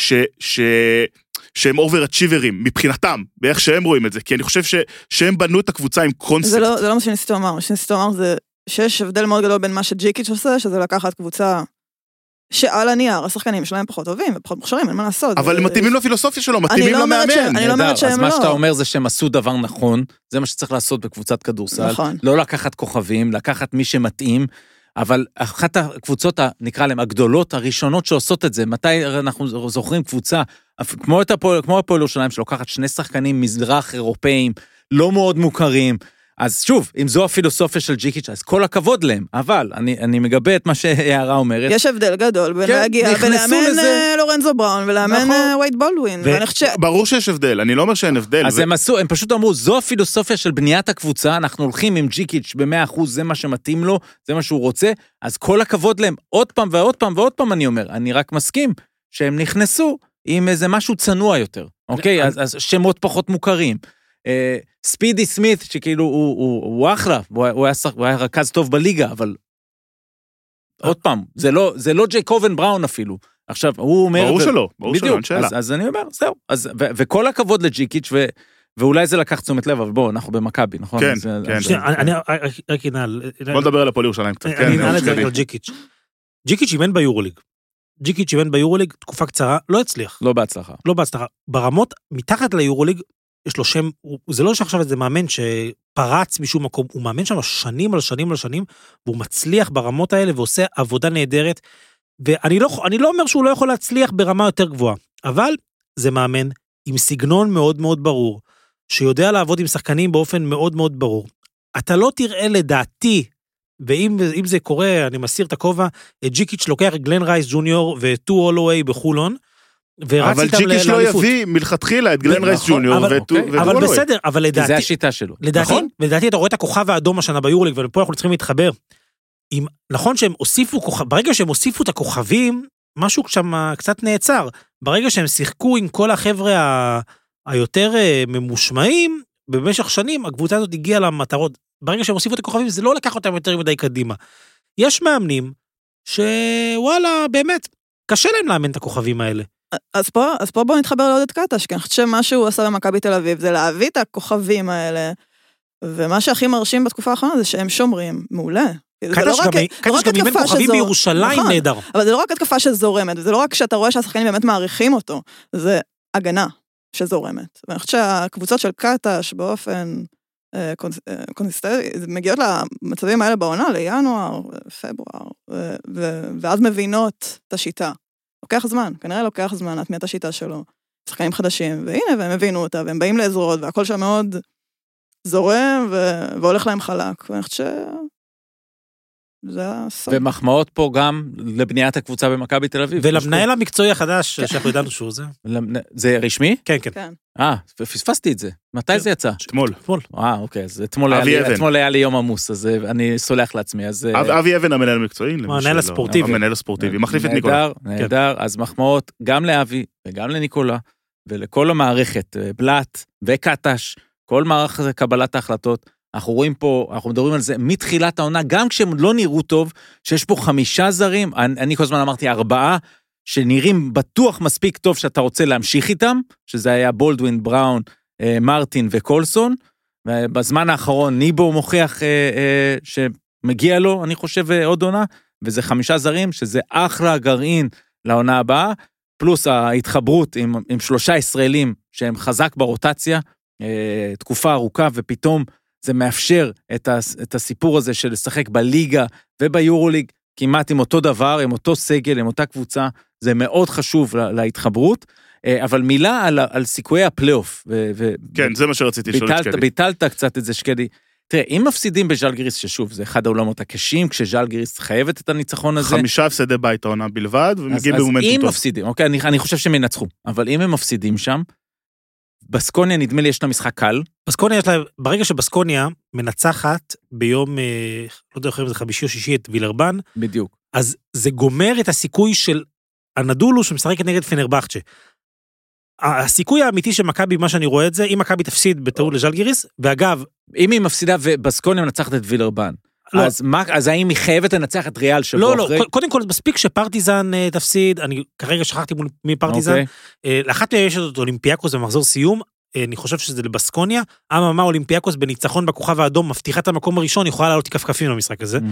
שהם אובר-אצ'יברים, מבחינתם, באיך שהם רואים את זה, כי אני חושב שהם בנו את הקבוצה עם קונספט. זה לא מה שניסיתי לומר, מה שניסיתי לומר זה שיש הבדל מאוד גדול בין מה שג'יקיץ' עושה, שזה לקחת קבוצה שעל הנייר, השחקנים שלהם פחות טובים ופחות מוכשרים, אין מה לעשות. אבל הם מתאימים לפילוסופיה שלו, מתאימים למאמן. אני לא אומרת שהם לא. אז מה שאתה אומר זה שהם עשו דבר נכון, זה מה שצריך לעשות בקבוצת כדורסל. לא לקחת כוכבים, לקחת מי שמתאים, אבל אחת הקבוצות, נקרא להם, הגדולות, הראשונות שעושות את זה, מתי אנחנו זוכרים קבוצה, כמו הפועל ירושלים, שלוקחת 2 שחקנים מזרח אירופאים, לא מאוד מוכרים, אז שוב, אם זו הפילוסופיה של ג'יקיץ', אז כל הכבוד להם, אבל אני מגבה את מה שהערה אומרת. יש הבדל גדול בין להגיע ולאמן לורנזו בראון ולאמן וייד בולדווין. ברור שיש הבדל, אני לא אומר שאין הבדל. אז הם פשוט אמרו, זו הפילוסופיה של בניית הקבוצה, אנחנו הולכים עם ג'יקיץ' ב100%, זה מה שמתאים לו, זה מה שהוא רוצה, אז כל הכבוד להם, עוד פעם ועוד פעם ועוד פעם אני אומר, אני רק מסכים שהם נכנסו עם איזה משהו צנוע יותר, אוקיי? אז שמות פחות מוכרים. ספידי סמית, שכאילו הוא אחלה, הוא היה רכז טוב בליגה, אבל עוד פעם, זה לא ג'ייקובן בראון אפילו. עכשיו, הוא אומר... ברור שלא, אין שאלה. אז אני אומר, זהו. וכל הכבוד לג'יקיץ' ואולי זה לקח תשומת לב, אבל בואו, אנחנו במכבי, נכון? כן, כן. אני רק אנעל... בוא נדבר על הפועל ירושלים קצת. אני אנעל את זה על ג'יקיץ'. ג'יקיץ' אימן ביורוליג. ג'יקיץ' אימן ביורוליג, תקופה קצרה, לא הצליח. לא בהצלחה. לא בהצלחה. ברמות, מתחת ליורוליג, יש לו שם, זה לא שעכשיו איזה מאמן שפרץ משום מקום, הוא מאמן שם שנים על שנים על שנים, והוא מצליח ברמות האלה, ועושה עבודה נהדרת, ואני לא אומר שהוא לא יכול להצליח ברמה יותר גבוהה, אבל זה מאמן עם סגנון מאוד מאוד ברור, שיודע לעבוד עם שחקנים באופן מאוד מאוד ברור. אתה לא תראה לדעתי, ואם זה קורה, אני מסיר את הכובע, ג'יקיץ' לוקח גלן רייס ג'וניור וטו הולווי בחולון, אבל ג'יקיץ' לא יביא מלכתחילה את גלן רייס ג'וניור וטו הולווי. אבל בסדר, אבל לדעתי... זה השיטה שלו. לדעתי אתה רואה את הכוכב האדום השנה ביורוליג, ופה אנחנו צריכים להתחבר. נכון שהם הוסיפו, ברגע שהם הוסיפו את הכוכבים, משהו שם קצת נעצר. ברגע שהם שיחקו עם כל החבר'ה היותר ממושמעים, במשך שנים הקבוצה הזאת הגיעה למטרות. ברגע שהם הוסיפו את הכוכבים, זה לא לקח אותם יותר מדי קדימה. יש מאמנים שוואלה, באמת, קשה להם לאמן את הכוכבים האלה. אז פה בואו נתחבר לעודד קטש, כי אני חושבת שמה שהוא עשה במכבי תל אביב, זה להביא את הכוכבים האלה, ומה שהכי מרשים בתקופה האחרונה, זה שהם שומרים מעולה. קטש גם אימן כוכבים בירושלים נהדר. אבל זה לא רק התקפה שזורמת, זה לא רק שאתה רואה שהשחקנים באמת מעריכים אותו, זה הגנה שזורמת. ואני חושבת שהקבוצות של קטש באופן קונסיסטנטי, מגיעות למצבים האלה בעונה, לינואר, פברואר, ואז מבינות את השיטה. לוקח זמן, כנראה לוקח זמן להטמיע את השיטה שלו. שחקנים חדשים, והנה, והם הבינו אותה, והם באים לעזרות, והכל שם מאוד זורם, והולך להם חלק. ואני חושבת זה הסוף. ומחמאות פה גם לבניית הקבוצה במכבי תל אביב. ולמנהל המקצועי החדש, שאנחנו ידענו שהוא זה. זה רשמי? כן, כן. פספסתי את זה. מתי זה יצא? אתמול. אוקיי, אז אתמול היה לי יום עמוס, אז אני סולח לעצמי. אבי אבן המנהל המקצועי. המנהל הספורטיבי. המנהל הספורטיבי, מחליף את ניקולה. נהדר, אז מחמאות גם לאבי וגם לניקולה, ולכל המערכת, בלט וקטש, כל מערך קבלת ההחלטות. אנחנו רואים פה, אנחנו מדברים על זה מתחילת העונה, גם כשהם לא נראו טוב, שיש פה 5 זרים, אני כל הזמן אמרתי 4, שנראים בטוח מספיק טוב שאתה רוצה להמשיך איתם, שזה היה בולדווין, בראון, מרטין וקולסון, ובזמן האחרון ניבו מוכיח שמגיע לו, אני חושב עוד עונה, וזה 5 זרים, שזה אחלה גרעין לעונה הבאה, פלוס ההתחברות עם 3 ישראלים, שהם חזק ברוטציה, תקופה ארוכה, ופתאום זה מאפשר את הסיפור הזה של לשחק בליגה וביורוליג, כמעט עם אותו דבר, עם אותו סגל, עם אותה קבוצה, זה מאוד חשוב להתחברות, אבל מילה על סיכויי הפלייאוף. כן, זה מה שרציתי לשאול את שקדי. ביטלת קצת את זה שקדי. תראה, אם מפסידים בז'לגיריס, ששוב, זה אחד העולמות הקשים, כשז'לגיריס חייבת את הניצחון הזה. 5 הפסדי בית העונה בלבד, ומגיעים במומנטום טוב. אז אם מפסידים, אוקיי, אני חושב שהם ינצחו, אבל אם הם מפסידים שם, בסקוניה נדמה לי יש לה משחק קל. בסקוניה יש לה, ברגע שבסקוניה מנצחת ביום, לא יודע אם זה 5 או 6 את וילרבן, בדיוק. אז זה גומר את הסיכוי של הנדולו שמשחקת נגד פנרבחצ'ה. הסיכוי האמיתי של מכבי, מה שאני רואה את זה, אם מכבי תפסיד בטעות לז'לגיריס, ואגב... אם היא מפסידה ובסקוניה מנצחת את וילרבן, לא. אז האם היא חייבת לנצח את ריאל שבוע אחרי? לא, קודם כל מספיק שפרטיזן תפסיד, אני כרגע שכחתי מי פרטיזן, לאחת יש את אולימפיאקוס במחזור סיום, אני חושב שזה לבסקוניה, אממה אולימפיאקוס בניצחון בכוכב האדום, מבטיחה את המקום הראשון, יכולה לעלות כפכפים למשחק הזה.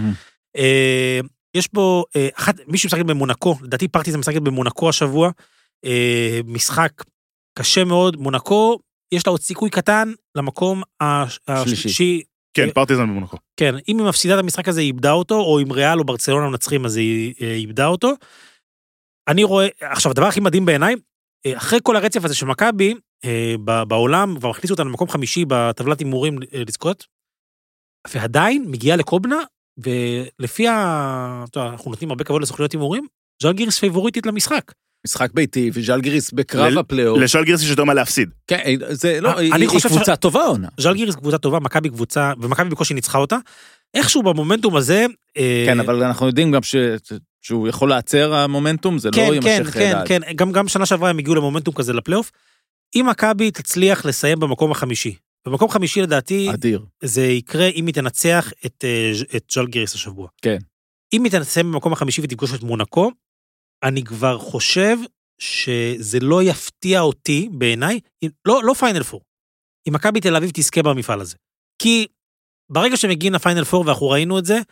יש פה, מישהו משחק במונקו, לדעתי פרטיזן משחקת במונקו השבוע, משחק קשה מאוד, מונקו, יש לה עוד סיכוי קטן למקום השלישי. כן, פרטיזן במונקו. כן, אם היא מפסידה את המשחק הזה, היא איבדה אותו, או אם ריאל או ברצלונה מנצחים, אז היא איבדה אותו. אני רואה, עכשיו, הדבר הכי מדהים בעיניי, אחרי כל הרצף הזה של מכבי, בעולם, כבר הכניסו אותנו למקום 5 בטבלת הימורים לזכות, ועדיין מגיעה לקובנה, ולפי אנחנו נותנים הרבה כבוד לסוכנויות הימורים, ז'לגיריס פייבוריטית למשחק. משחק ביתי, וז'לגיריס בקרב הפלייאוף. לז'לגיריס יש יותר מה להפסיד. כן, זה לא, היא קבוצה טובה עונה. ז'לגיריס קבוצה טובה, מכבי קבוצה, ומכבי בקושי ניצחה אותה. איכשהו במומנטום הזה... כן, אבל אנחנו יודעים גם שהוא יכול לעצר המומנטום, זה לא יימשך דעת. כן, גם שנה שעברה הם הגיעו למומנטום כזה לפלייאוף. אם מכבי תצליח לסיים במקום החמישי, במקום 5 לדעתי, אדיר. זה יקרה אם היא תנצח את ז'לגיריס השבוע. כן. אם היא תנצח במקום החמישי ותפגוש את מונקו, אני כבר חושב שזה לא יפתיע אותי בעיניי, לא פיינל 4. אם מכבי תל אביב תזכה במפעל הזה. כי ברגע שמגיעים לפיינל 4 ואנחנו ראינו את זה,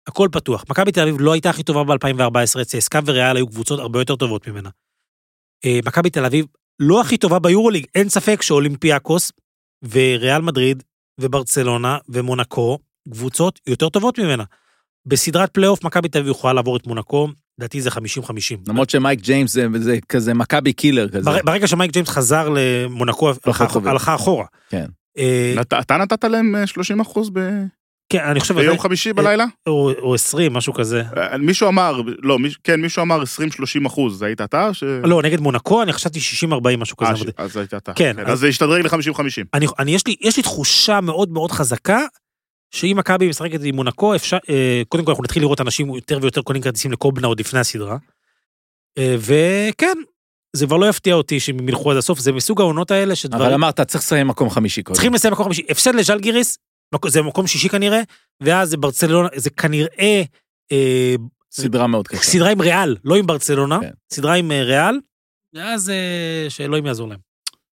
הכל פתוח. מכבי תל אביב לא הייתה הכי טובה ב-2014, צסקה וריאל היו קבוצות הרבה יותר טובות ממנה. מכבי תל אביב לא הכי טובה ביורוליג, אין ספק שאולימפיאקוס וריאל מדריד וברצלונה ומונקו, קבוצות יותר טובות ממנה. בסדרת פלייאוף מכבי תל אביב יכולה לעבור את מונקו, לדעתי זה 50-50. למרות שמייק ג'יימס זה כזה מכבי קילר כזה. ברגע שמייק ג'יימס חזר למונקו, הלכה אחורה. כן. אתה נתת להם 30% כן, אני חושב... ביום חמישי בלילה? או 20, משהו כזה. מישהו אמר, לא, כן, מישהו אמר 20-30%, זה היית אתה? לא, נגד מונקו, אני חשבתי 60-40, משהו כזה. אז היית אתה. כן. אז זה השתדרג ל-50-50. יש לי תחושה מאוד מאוד חזקה, שאם מכבי משחקת עם מונקו, קודם כל אנחנו נתחיל לראות אנשים יותר ויותר קונים כרטיסים לקובנה עוד לפני הסדרה. וכן, זה כבר לא יפתיע אותי שהם ילכו עד הסוף, זה מסוג העונות האלה שדברים... אבל אמרת, צריך לסיים מקום חמישי קודם. צריכים לסיים מקום חמישי. הפסד לז'לגיריס, זה מקום שישי כנראה, ואז זה ברצלונה, זה כנראה... סדרה מאוד קשה. סדרה עם ריאל, לא עם ברצלונה, סדרה עם ריאל, ואז שאלוהים יעזור להם.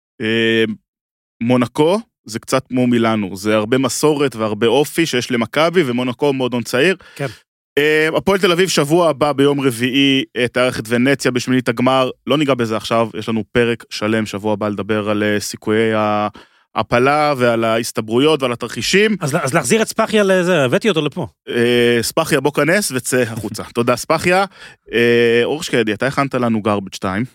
מונקו זה קצת כמו מילאנו, זה הרבה מסורת והרבה אופי שיש למכבי, ומונקו מועדון צעיר. כן. הפועל תל אביב שבוע הבא ביום רביעי, תארח את ונציה בשמינית הגמר, לא ניגע בזה עכשיו, יש לנו פרק שלם שבוע הבא לדבר על סיכויי ההפלה ועל ההסתברויות ועל התרחישים. אז להחזיר את ספחיה לזה, הבאתי אותו לפה. ספחיה בוא כנס וצא החוצה. תודה ספחיה. אור שקדי, אתה הכנת לנו גרבג' 2.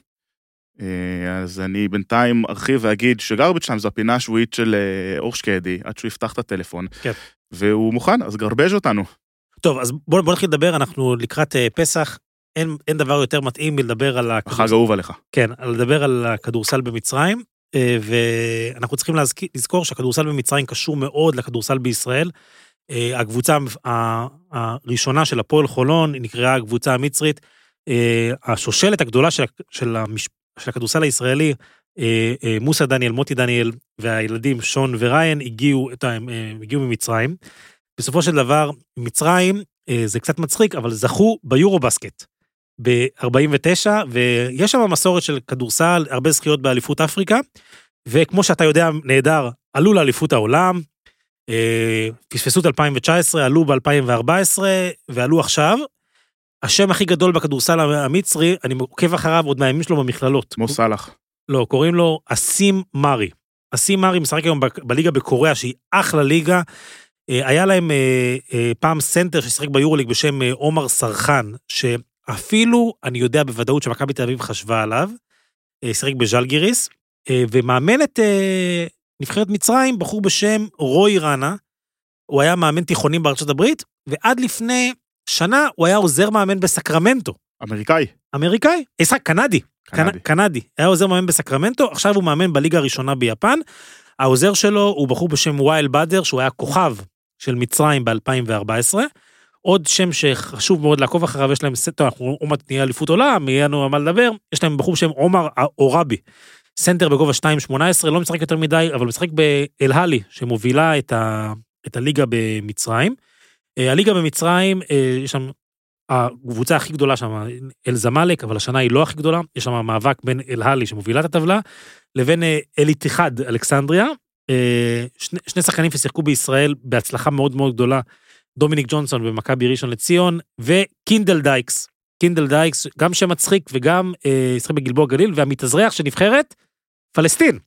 אז אני בינתיים ארחיב ואגיד שגרבג' 2 זו הפינה השבועית של אור שקדי, עד שהוא יפתח את הטלפון. כן. והוא מוכן, אז גרבז' אותנו. טוב, אז בוא נתחיל לדבר, אנחנו לקראת פסח, אין דבר יותר מתאים מלדבר על החג אהוב עליך. כן, לדבר על הכדורסל במצרים, ואנחנו צריכים לזכור שהכדורסל במצרים קשור מאוד לכדורסל בישראל. הקבוצה הראשונה של הפועל חולון, היא נקראה הקבוצה המצרית, השושלת הגדולה של הכדורסל הישראלי, מוסא דניאל, מוטי דניאל, והילדים שון וריין הגיעו ממצרים. בסופו של דבר, מצרים, זה קצת מצחיק, אבל זכו ביורובסקט ב-49, ויש שם מסורת של כדורסל, הרבה זכיות באליפות אפריקה, וכמו שאתה יודע, נהדר, עלו לאליפות העולם, פספסות 2019, עלו ב-2014, ועלו עכשיו. השם הכי גדול בכדורסל המצרי, אני עוקב אחריו עוד מהימים שלו במכללות. כמו סלח. לא, קוראים לו אסים מארי. אסים מארי משחק היום בליגה בקוריאה, שהיא אחלה ליגה, היה להם פעם סנטר ששחק ביורוליג בשם עומר סרחן, שאפילו אני יודע בוודאות שמכבי תל אביב חשבה עליו, שחק בז'לגיריס, ומאמן את נבחרת מצרים, בחור בשם רוי רנה, הוא היה מאמן תיכונים בארצות הברית, ועד לפני שנה הוא היה עוזר מאמן בסקרמנטו. אמריקאי, קנדי, היה עוזר מאמן בסקרמנטו, עכשיו הוא מאמן בליגה הראשונה ביפן, העוזר שלו הוא בחור בשם וייל בדר, שהוא היה כוכב של מצרים ב-2014, עוד שם שחשוב מאוד לעקוב אחריו, יש להם, טוב, אנחנו עומד נהיה אליפות עולם, יהיה לנו מה לדבר, יש להם בחור בשם עומר אורבי, סנטר בגובה 2.18, לא משחק יותר מדי, אבל משחק באל-הלי, שמובילה את הליגה במצרים. הליגה במצרים, יש שם, הקבוצה הכי גדולה שם, אל-זמלק, אבל השנה היא לא הכי גדולה, יש שם מאבק בין אל-הלי, שמובילה את הטבלה, לבין אליתיחד, אלכסנדריה, שני שחקנים ששיחקו בישראל בהצלחה מאוד מאוד גדולה, דומיניק ג'ונסון במכבי ראשון לציון, וקינדל דייקס, גם שם מצחיק וגם ישחק בגלבוע גליל, והמתאזרח שנבחרת, פלסטין.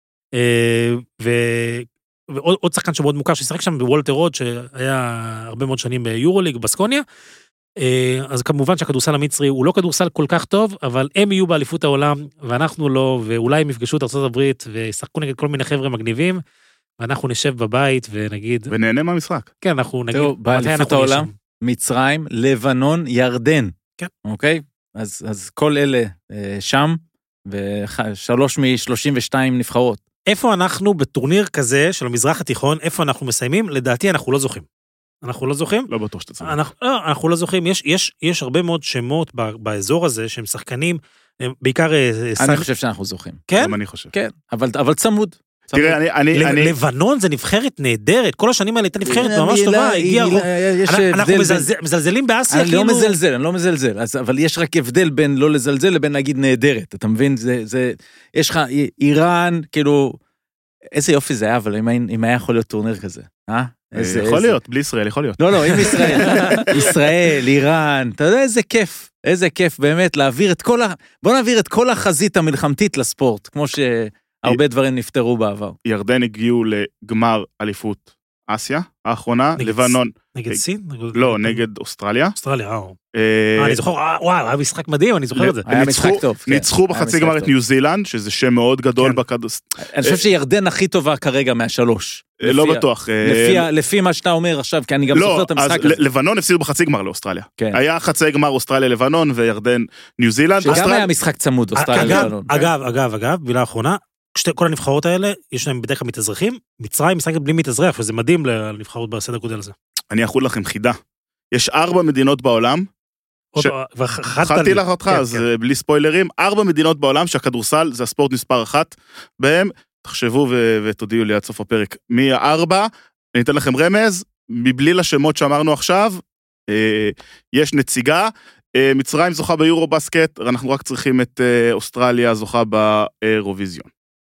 ועוד שחקן שמאוד מוכר, ששיחק שם בוולטר רוד, שהיה הרבה מאוד שנים ביורוליג, בסקוניה, אז כמובן שהכדורסל המצרי הוא לא כדורסל כל כך טוב, אבל הם יהיו באליפות העולם, ואנחנו לא, ואולי הם יפגשו את ארצות הברית, וישחקו נגד כל מיני חבר'ה מגניבים, ואנחנו נשב בבית ונגיד... ונהנה מהמשחק. כן, אנחנו נגיד... תראו, באליפות העולם, מצרים, לבנון, ירדן. כן. אוקיי? אז כל אלה שם, ו3 מ-32 נבחרות. איפה אנחנו בטורניר כזה של המזרח התיכון, איפה אנחנו מסיימים? לדעתי אנחנו לא זוכים. אנחנו לא זוכים? לא בטוח שאתה צריך. אנחנו לא זוכים. יש הרבה מאוד שמות באזור הזה, שהם שחקנים, בעיקר... אני חושב שאנחנו זוכים. כן? גם אני חושב. כן, אבל צמוד. תראה, לבנון זה נבחרת נהדרת, כל השנים האלה הייתה נבחרת ממש טובה, אנחנו מזלזלים באסיה כאילו... אני לא מזלזל, אבל יש רק הבדל בין לא לזלזל לבין להגיד נהדרת, אתה מבין? יש לך איראן, כאילו, איזה יופי זה היה, אבל אם היה יכול להיות טורניר כזה, יכול להיות, בלי ישראל יכול להיות. לא, עם ישראל, איראן, אתה יודע איזה כיף באמת להעביר בוא נעביר את כל החזית המלחמתית לספורט, כמו שהרבה דברים נפטרו בעבר. ירדן הגיעו לגמר אליפות אסיה, האחרונה, לבנון. נגד סין? לא, נגד אוסטרליה. אוסטרליה, אני זוכר, וואו, היה משחק מדהים, אני זוכר את זה. היה משחק טוב. ניצחו בחצי גמר את ניו זילנד, שזה שם מאוד גדול בכדורגל. אני חושב שירדן הכי טובה כרגע מהשלוש. לא בטוח. לפי מה שאתה אומר עכשיו, כי אני גם זוכר את המשחק הזה. לבנון הפסידו בחצי גמר לאוסטרליה. היה חצי גמר אוסטרליה-לבנון וירדן ניו זילנד. שגם היה משחק צמוד, אוסטרליה-לבנון. אגב, מילה אחרונה, כל הנבחרות האלה, יש להם בדרך כלל מתאזרחים, מצרים משחקת בלי מתאזרח, וזה מדהים לנבחרות בסדר גודל הזה. אני אחוד לכם חידה. יש 4 מדינות בעולם, חדתי לך אותך, אז בלי ספוילרים, 4 מדינות בעולם שהכדורסל זה הספורט מספר 1, בהם תחשבו ותודיעו לי עד סוף הפרק, מי 4, אני אתן לכם רמז, מבלי לשמות שאמרנו עכשיו, יש נציגה, מצרים זוכה ביורו בסקט, אנחנו רק צריכים את אוסטרליה זוכה באירוויזיון.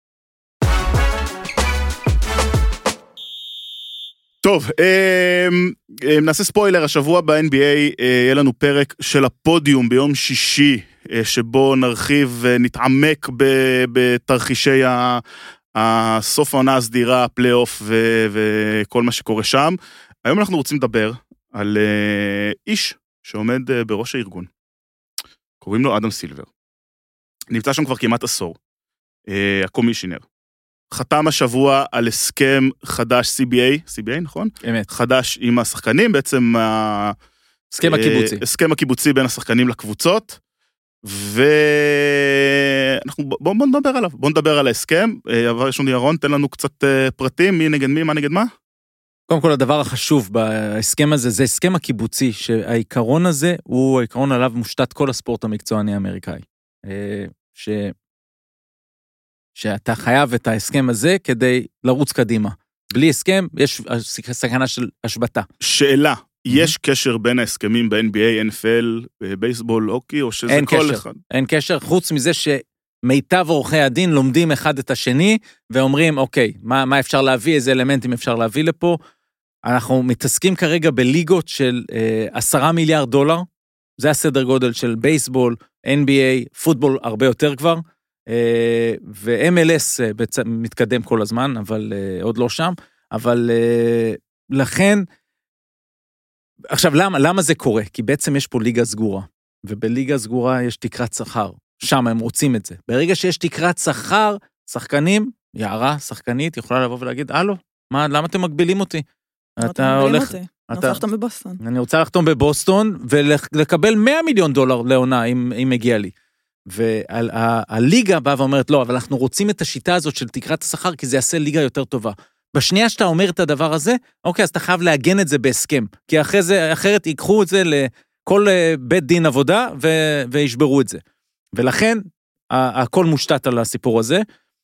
טוב, נעשה ספוילר, השבוע ב-NBA יהיה לנו פרק של הפודיום ביום שישי, שבו נרחיב ונתעמק בתרחישי הסוף העונה הסדירה, הפלייאוף וכל מה שקורה שם. היום אנחנו רוצים לדבר על איש שעומד בראש הארגון. קוראים לו אדם סילבר. נמצא שם כבר כמעט עשור. הקומישיונר. חתם השבוע על הסכם חדש CBA, נכון? אמת. חדש עם השחקנים, בעצם הסכם הקיבוצי. הסכם הקיבוצי בין השחקנים לקבוצות, בואו נדבר עליו, בואו נדבר על ההסכם, יש לנו ירון, תן לנו קצת פרטים, מי נגד מי, מה נגד מה? קודם כל, הדבר החשוב בהסכם הזה, זה הסכם הקיבוצי, שהעיקרון הזה הוא העיקרון עליו מושתת כל הספורט המקצועני האמריקאי. שאתה חייב את ההסכם הזה כדי לרוץ קדימה. בלי הסכם, יש סכנה של השבטה. שאלה, יש קשר בין ההסכמים ב-NBA, NFL, בייסבול, אוקי, או שזה כל אחד? אין קשר, חוץ מזה שמיטב עורכי הדין לומדים אחד את השני, ואומרים, אוקיי, מה אפשר להביא, איזה אלמנטים אפשר להביא לפה? אנחנו מתעסקים כרגע בליגות של $10 מיליארד, זה הסדר גודל של בייסבול, NBA, פוטבול הרבה יותר כבר, ו-MLS מתקדם כל הזמן, אבל עוד לא שם, אבל לכן, עכשיו למה זה קורה? כי בעצם יש פה ליגה סגורה, ובליגה סגורה יש תקרת שכר, שם הם רוצים את זה. ברגע שיש תקרת שכר, שחקנים, יערה, שחקנית, יכולה לבוא ולהגיד, הלו, למה אתם מגבילים אותי? אתה הולך... אני רוצה לחתום בבוסטון. אני רוצה לחתום בבוסטון, ולקבל $100 מיליון לעונה, אם מגיע לי. והליגה באה ואומרת, לא, אבל אנחנו רוצים את השיטה הזאת של תקרת השכר, כי זה יעשה ליגה יותר טובה. בשנייה שאתה אומר את הדבר הזה, אוקיי, אז אתה חייב להגן את זה בהסכם, כי אחרת ייקחו את זה לכל בית דין עבודה, וישברו את זה. ולכן, הכל מושתת על הסיפור הזה,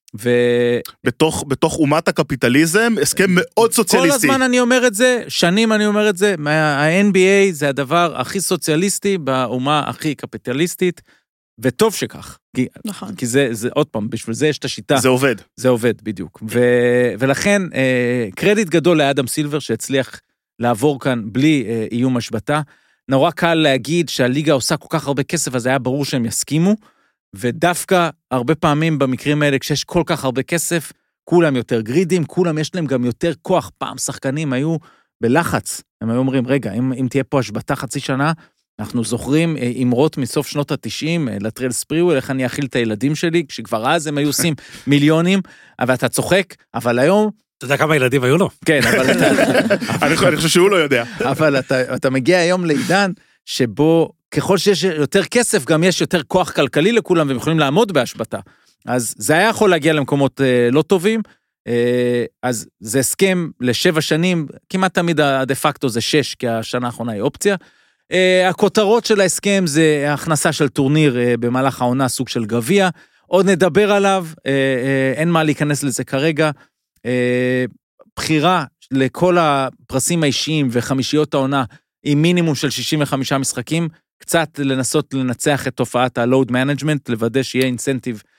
בתוך אומת הקפיטליזם, הסכם מאוד סוציאליסטי. כל הזמן אני אומר את זה, שנים אני אומר את זה, ה-NBA זה הדבר הכי סוציאליסטי, באומה הכי קפיטליסטית, וטוב שכך, נכון. כי זה עוד פעם, בשביל זה יש את השיטה. זה עובד. זה עובד, בדיוק. ולכן, קרדיט גדול לאדם סילבר, שהצליח לעבור כאן בלי איום השבטה. נורא קל להגיד שהליגה עושה כל כך הרבה כסף, אז היה ברור שהם יסכימו, ודווקא הרבה פעמים במקרים האלה, כשיש כל כך הרבה כסף, כולם יותר גרידים, כולם יש להם גם יותר כוח. פעם שחקנים היו בלחץ, הם היו אומרים, רגע, אם תהיה פה השבטה חצי שנה, אנחנו זוכרים אמרות מסוף שנות ה-90, לטרל ספריוול, איך אני אכיל את הילדים שלי, כשכבר אז הם היו עושים מיליונים, אבל אתה צוחק, אבל היום... אתה יודע כמה ילדים היו לו? כן, אבל אתה... אני חושב שהוא לא יודע. אבל אתה מגיע היום לעידן, שבו ככל שיש יותר כסף, גם יש יותר כוח כלכלי לכולם, והם יכולים לעמוד בהשבטה. אז זה היה יכול להגיע למקומות לא טובים, אז זה הסכם ל7 שנים, כמעט תמיד הדה-פקטו זה 6, כי השנה האחרונה היא אופציה. הכותרות של ההסכם זה ההכנסה של טורניר במהלך העונה, סוג של גביע, עוד נדבר עליו, אין מה להיכנס לזה כרגע, בחירה לכל הפרסים האישיים וחמישיות העונה, עם מינימום של 65 משחקים, קצת לנסות לנצח את תופעת ה-load management, לוודא שיהיה אינסנטיב.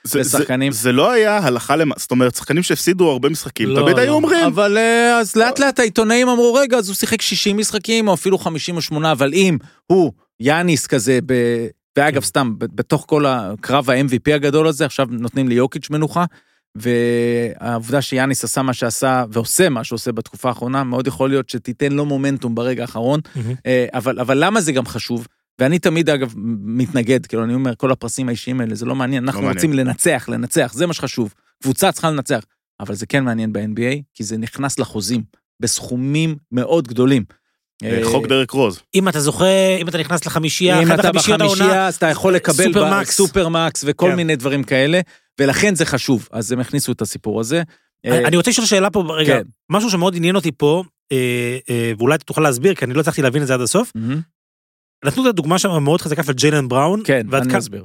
לשחקנים. זה לא היה הלכה זאת אומרת, שחקנים שהפסידו הרבה משחקים, תמיד היו אומרים. אבל אז לאט לאט העיתונאים אמרו, רגע, אז הוא שיחק 60 משחקים, או אפילו 58, אבל אם הוא יאניס כזה, ואגב סתם, בתוך כל הקרב ה-MVP הגדול הזה, עכשיו נותנים לי יוקיץ' מנוחה, והעובדה שיאניס עשה מה שעשה, ועושה מה שעושה בתקופה האחרונה, מאוד יכול להיות שתיתן לו מומנטום ברגע האחרון, אבל למה זה גם חשוב? ואני תמיד אגב מתנגד, כאילו אני אומר, כל הפרסים האישיים האלה, זה לא מעניין, אנחנו רוצים לנצח, זה מה שחשוב, קבוצה צריכה לנצח, אבל זה כן מעניין ב-NBA, כי זה נכנס לחוזים, בסכומים מאוד גדולים. חוק דרק רוז. אם אתה זוכה, אם אתה נכנס לחמישייה, אם אתה בחמישייה, אז אתה יכול לקבל סופרמקס וכל מיני דברים כאלה, ולכן זה חשוב, אז הם הכניסו את הסיפור הזה. אני רוצה לשאול שאלה פה, רגע, משהו שמאוד עניין אותי פה, ואולי תוכל להסביר, כי אני לא הצלחתי להבין את זה עד הסוף, נתנו את הדוגמה שם מאוד חזקה של ג'יילן בראון. כן, אני אסביר.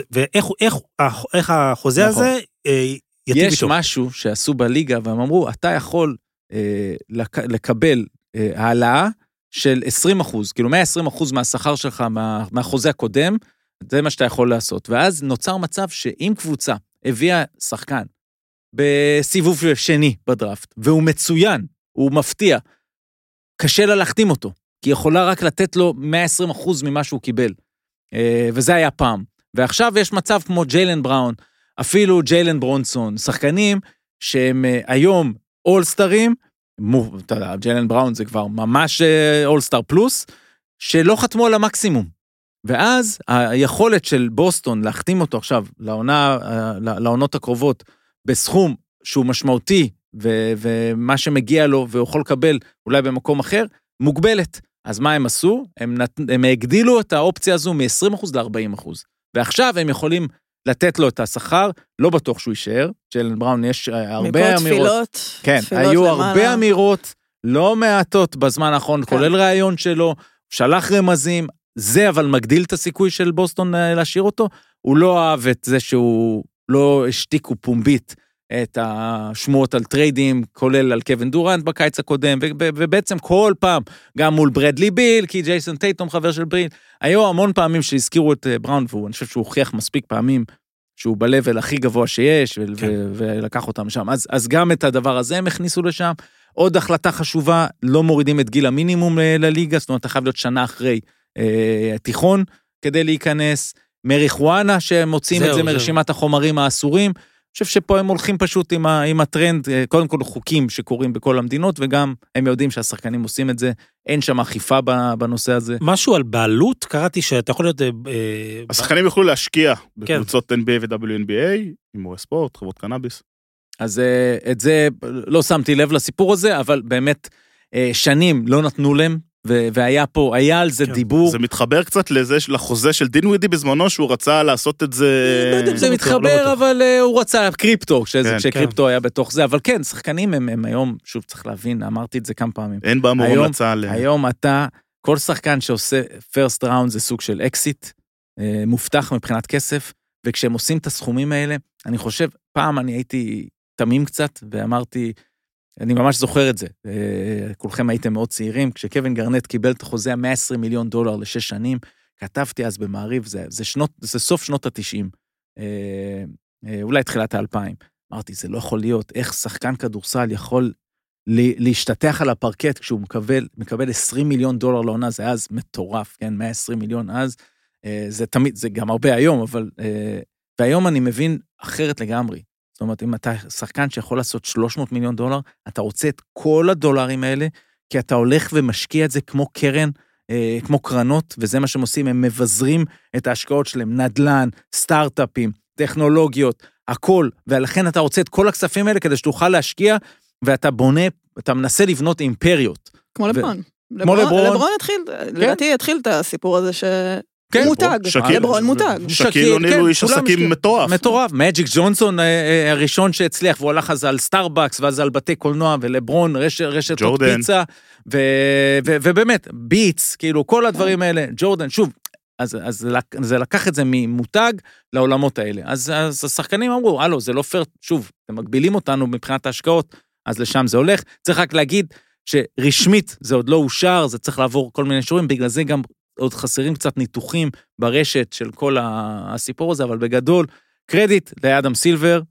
ואיך החוזה הזה יטיב איתו? יש משהו שעשו בליגה, והם אמרו, אתה יכול לקבל העלאה של 20%, כאילו 120% מהשכר שלך, מהחוזה הקודם, זה מה שאתה יכול לעשות. ואז נוצר מצב שאם קבוצה הביאה שחקן בסיבוב שני בדראפט, והוא מצוין, הוא מפתיע, קשה לה להחתים אותו. כי היא יכולה רק לתת לו 120% ממה שהוא קיבל. וזה היה פעם. ועכשיו יש מצב כמו ג'יילן בראון, אפילו ג'יילן ברונסון, שחקנים שהם היום אולסטרים, ג'יילן בראון זה כבר ממש אולסטר פלוס, שלא חתמו על המקסימום. ואז היכולת של בוסטון להחתים אותו עכשיו לעונות הקרובות, בסכום שהוא משמעותי, ומה שמגיע לו והוא יכול לקבל אולי במקום אחר, מוגבלת. אז מה הם עשו? הם הגדילו את האופציה הזו מ-20% ל-40%. ועכשיו הם יכולים לתת לו את השכר, לא בטוח שהוא יישאר, ג'יילן בראון יש הרבה אמירות. כן, היו הרבה אמירות, לא מעטות בזמן האחרון, כולל ראיון שלו, שלח רמזים, זה אבל מגדיל את הסיכוי של בוסטון להשאיר אותו, הוא לא אהב את זה שהוא לא השתיקו פומבית, את השמועות על טריידים, כולל על קווין דורנט בקיץ הקודם, ובעצם כל פעם, גם מול ברדלי ביל, כי ג'ייסון טייטום חבר של בריל, היו המון פעמים שהזכירו את בראון, ואני חושב שהוא הוכיח מספיק פעמים, שהוא בלבל הכי גבוה שיש, ולקח אותם שם. אז גם את הדבר הזה הם הכניסו לשם. עוד החלטה חשובה, לא מורידים את גיל המינימום לליגה, זאת אומרת, אתה חייב להיות שנה אחרי תיכון, כדי להיכנס, מריחואנה, שמוצאים את זה מרשימת החומרים האסורים, אני חושב שפה הם הולכים פשוט עם הטרנד, קודם כל חוקים שקורים בכל המדינות, וגם הם יודעים שהשחקנים עושים את זה, אין שם אכיפה בנושא הזה. משהו על בעלות, קראתי שאתה יכול להיות... השחקנים יוכלו להשקיע בקבוצות NBA ו-WNBA, הימורי ספורט, חברות קנאביס. אז את זה לא שמתי לב לסיפור הזה, אבל באמת שנים לא נתנו להם, והיה פה, היה על זה דיבור. זה מתחבר קצת לזה, לחוזה של דין ווידי בזמנו, שהוא רצה לעשות את זה... לא יודע אם זה מתחבר, אבל הוא רצה קריפטו, כשקריפטו היה בתוך זה, אבל כן, שחקנים הם היום, שוב צריך להבין, אמרתי את זה כמה פעמים. אין בה מורם לצה עליהם. היום אתה, כל שחקן שעושה first round זה סוג של אקסיט, מובטח מבחינת כסף, וכשהם עושים את הסכומים האלה, אני חושב, פעם אני הייתי תמים קצת, ואמרתי, אני ממש זוכר את זה, כולכם הייתם מאוד צעירים, כשקווין גרנט קיבל את החוזה $120 מיליון ל6 שנים, כתבתי אז במעריב, זה סוף שנות ה-90, אולי תחילת ה-2000, אמרתי, זה לא יכול להיות, איך שחקן כדורסל יכול להשתתח על הפרקט, כשהוא מקבל $20 מיליון לעונה, זה אז מטורף, כן, 120 מיליון אז, זה תמיד, זה גם הרבה היום, אבל, והיום אני מבין אחרת לגמרי, זאת אומרת, אם אתה שחקן שיכול לעשות $300 מיליון, אתה רוצה את כל הדולרים האלה, כי אתה הולך ומשקיע את זה כמו קרן, כמו קרנות, וזה מה שהם עושים, הם מבזרים את ההשקעות שלהם, נדל"ן, סטארט-אפים, טכנולוגיות, הכל, ולכן אתה רוצה את כל הכספים האלה, כדי שתוכל להשקיע, ואתה בונה, אתה מנסה לבנות אימפריות. כמו לברון. לברון התחיל, לדעתי התחיל את הסיפור הזה מותג, לברון מותג. שקיל אוניל הוא איש עסקים מטורף. מטורף, מג'יק ג'ונסון הראשון שהצליח, והוא הלך אז על סטארבקס, ואז על בתי קולנוע, ולברון, רשת פיצה, ובאמת, ביטס, כאילו כל הדברים האלה, ג'ורדן, שוב, אז זה לקח את זה ממותג לעולמות האלה. אז השחקנים אמרו, הלו, זה לא פייר, שוב, אתם מגבילים אותנו מבחינת ההשקעות, אז לשם זה הולך. צריך רק להגיד שרשמית זה עוד לא אושר, זה צריך לעבור כל מיני שורים, בגלל זה גם עוד חסרים קצת ניתוחים ברשת של כל הסיפור הזה, אבל בגדול, קרדיט לאדם סילבר,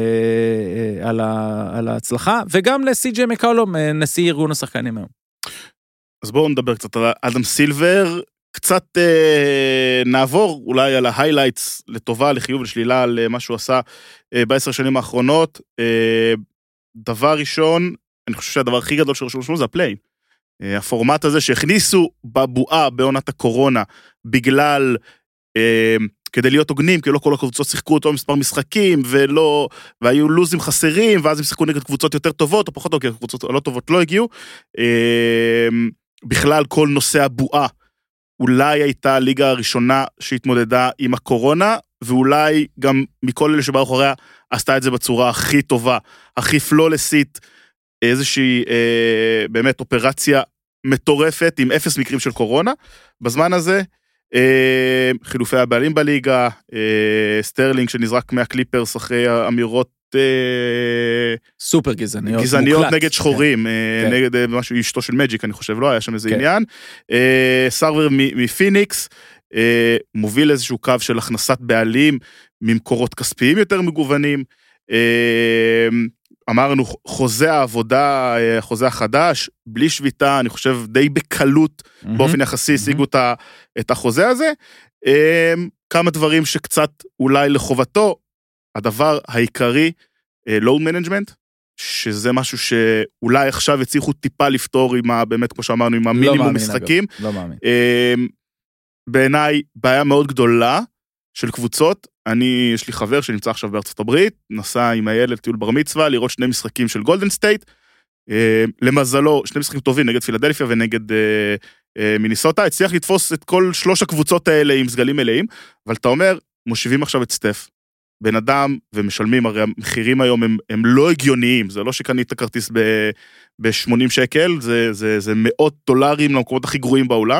על ההצלחה, וגם לסי.ג'יי מקולום, נשיא ארגון השחקנים היום. אז בואו נדבר קצת על אדם סילבר, קצת נעבור אולי על ההיילייטס לטובה, לחיוב, לשלילה, על מה שהוא עשה ב10 שנים האחרונות. דבר ראשון, אני חושב שהדבר הכי גדול שרשום זה הפליין. הפורמט הזה שהכניסו בבועה בעונת הקורונה, בגלל, כדי להיות הוגנים, כי לא כל הקבוצות שיחקו אותו מספר משחקים, והיו לוזים חסרים, ואז הם שיחקו נגד קבוצות יותר טובות, או פחות טובות, כי הקבוצות לא טובות לא הגיעו. בכלל כל נושא הבועה, אולי הייתה הליגה הראשונה שהתמודדה עם הקורונה, ואולי גם מכל אלה שבאו אחריה, עשתה את זה בצורה הכי טובה, הכי פלולסית, איזושהי באמת אופרציה מטורפת, עם 0 מקרים של קורונה. בזמן הזה, חילופי הבעלים בליגה, סטרלינג שנזרק מהקליפרס אחרי אמירות סופר גזעניות. גזעניות נגד שחורים, נגד משהו אשתו של מג'יק, אני חושב, לא היה שם איזה עניין. סרבר מפיניקס, מוביל איזשהו קו של הכנסת בעלים, ממקורות כספיים יותר מגוונים. אמרנו, חוזה העבודה, חוזה החדש, בלי שביתה, אני חושב די בקלות, באופן יחסי, השיגו את החוזה הזה. כמה דברים שקצת אולי לחובתו, הדבר העיקרי, load management, שזה משהו שאולי עכשיו הצליחו טיפה לפתור עם באמת, כמו שאמרנו, עם המינימום משחקים. לא מאמין. בעיניי, בעיה מאוד גדולה של קבוצות. יש לי חבר שנמצא עכשיו בארצות הברית, נסע עם הילד טיול בר מצווה, לראות 2 משחקים של גולדן סטייט, למזלו, 2 משחקים טובים נגד פילדלפיה ונגד מיניסוטה, הצליח לתפוס את כל 3 הקבוצות האלה עם סגלים מלאים, אבל אתה אומר, מושיבים עכשיו את סטף, בן אדם ומשלמים, הרי המחירים היום הם לא הגיוניים, זה לא שקנית כרטיס ב-80 שקל, זה $100 למקומות הכי גרועים בעולם,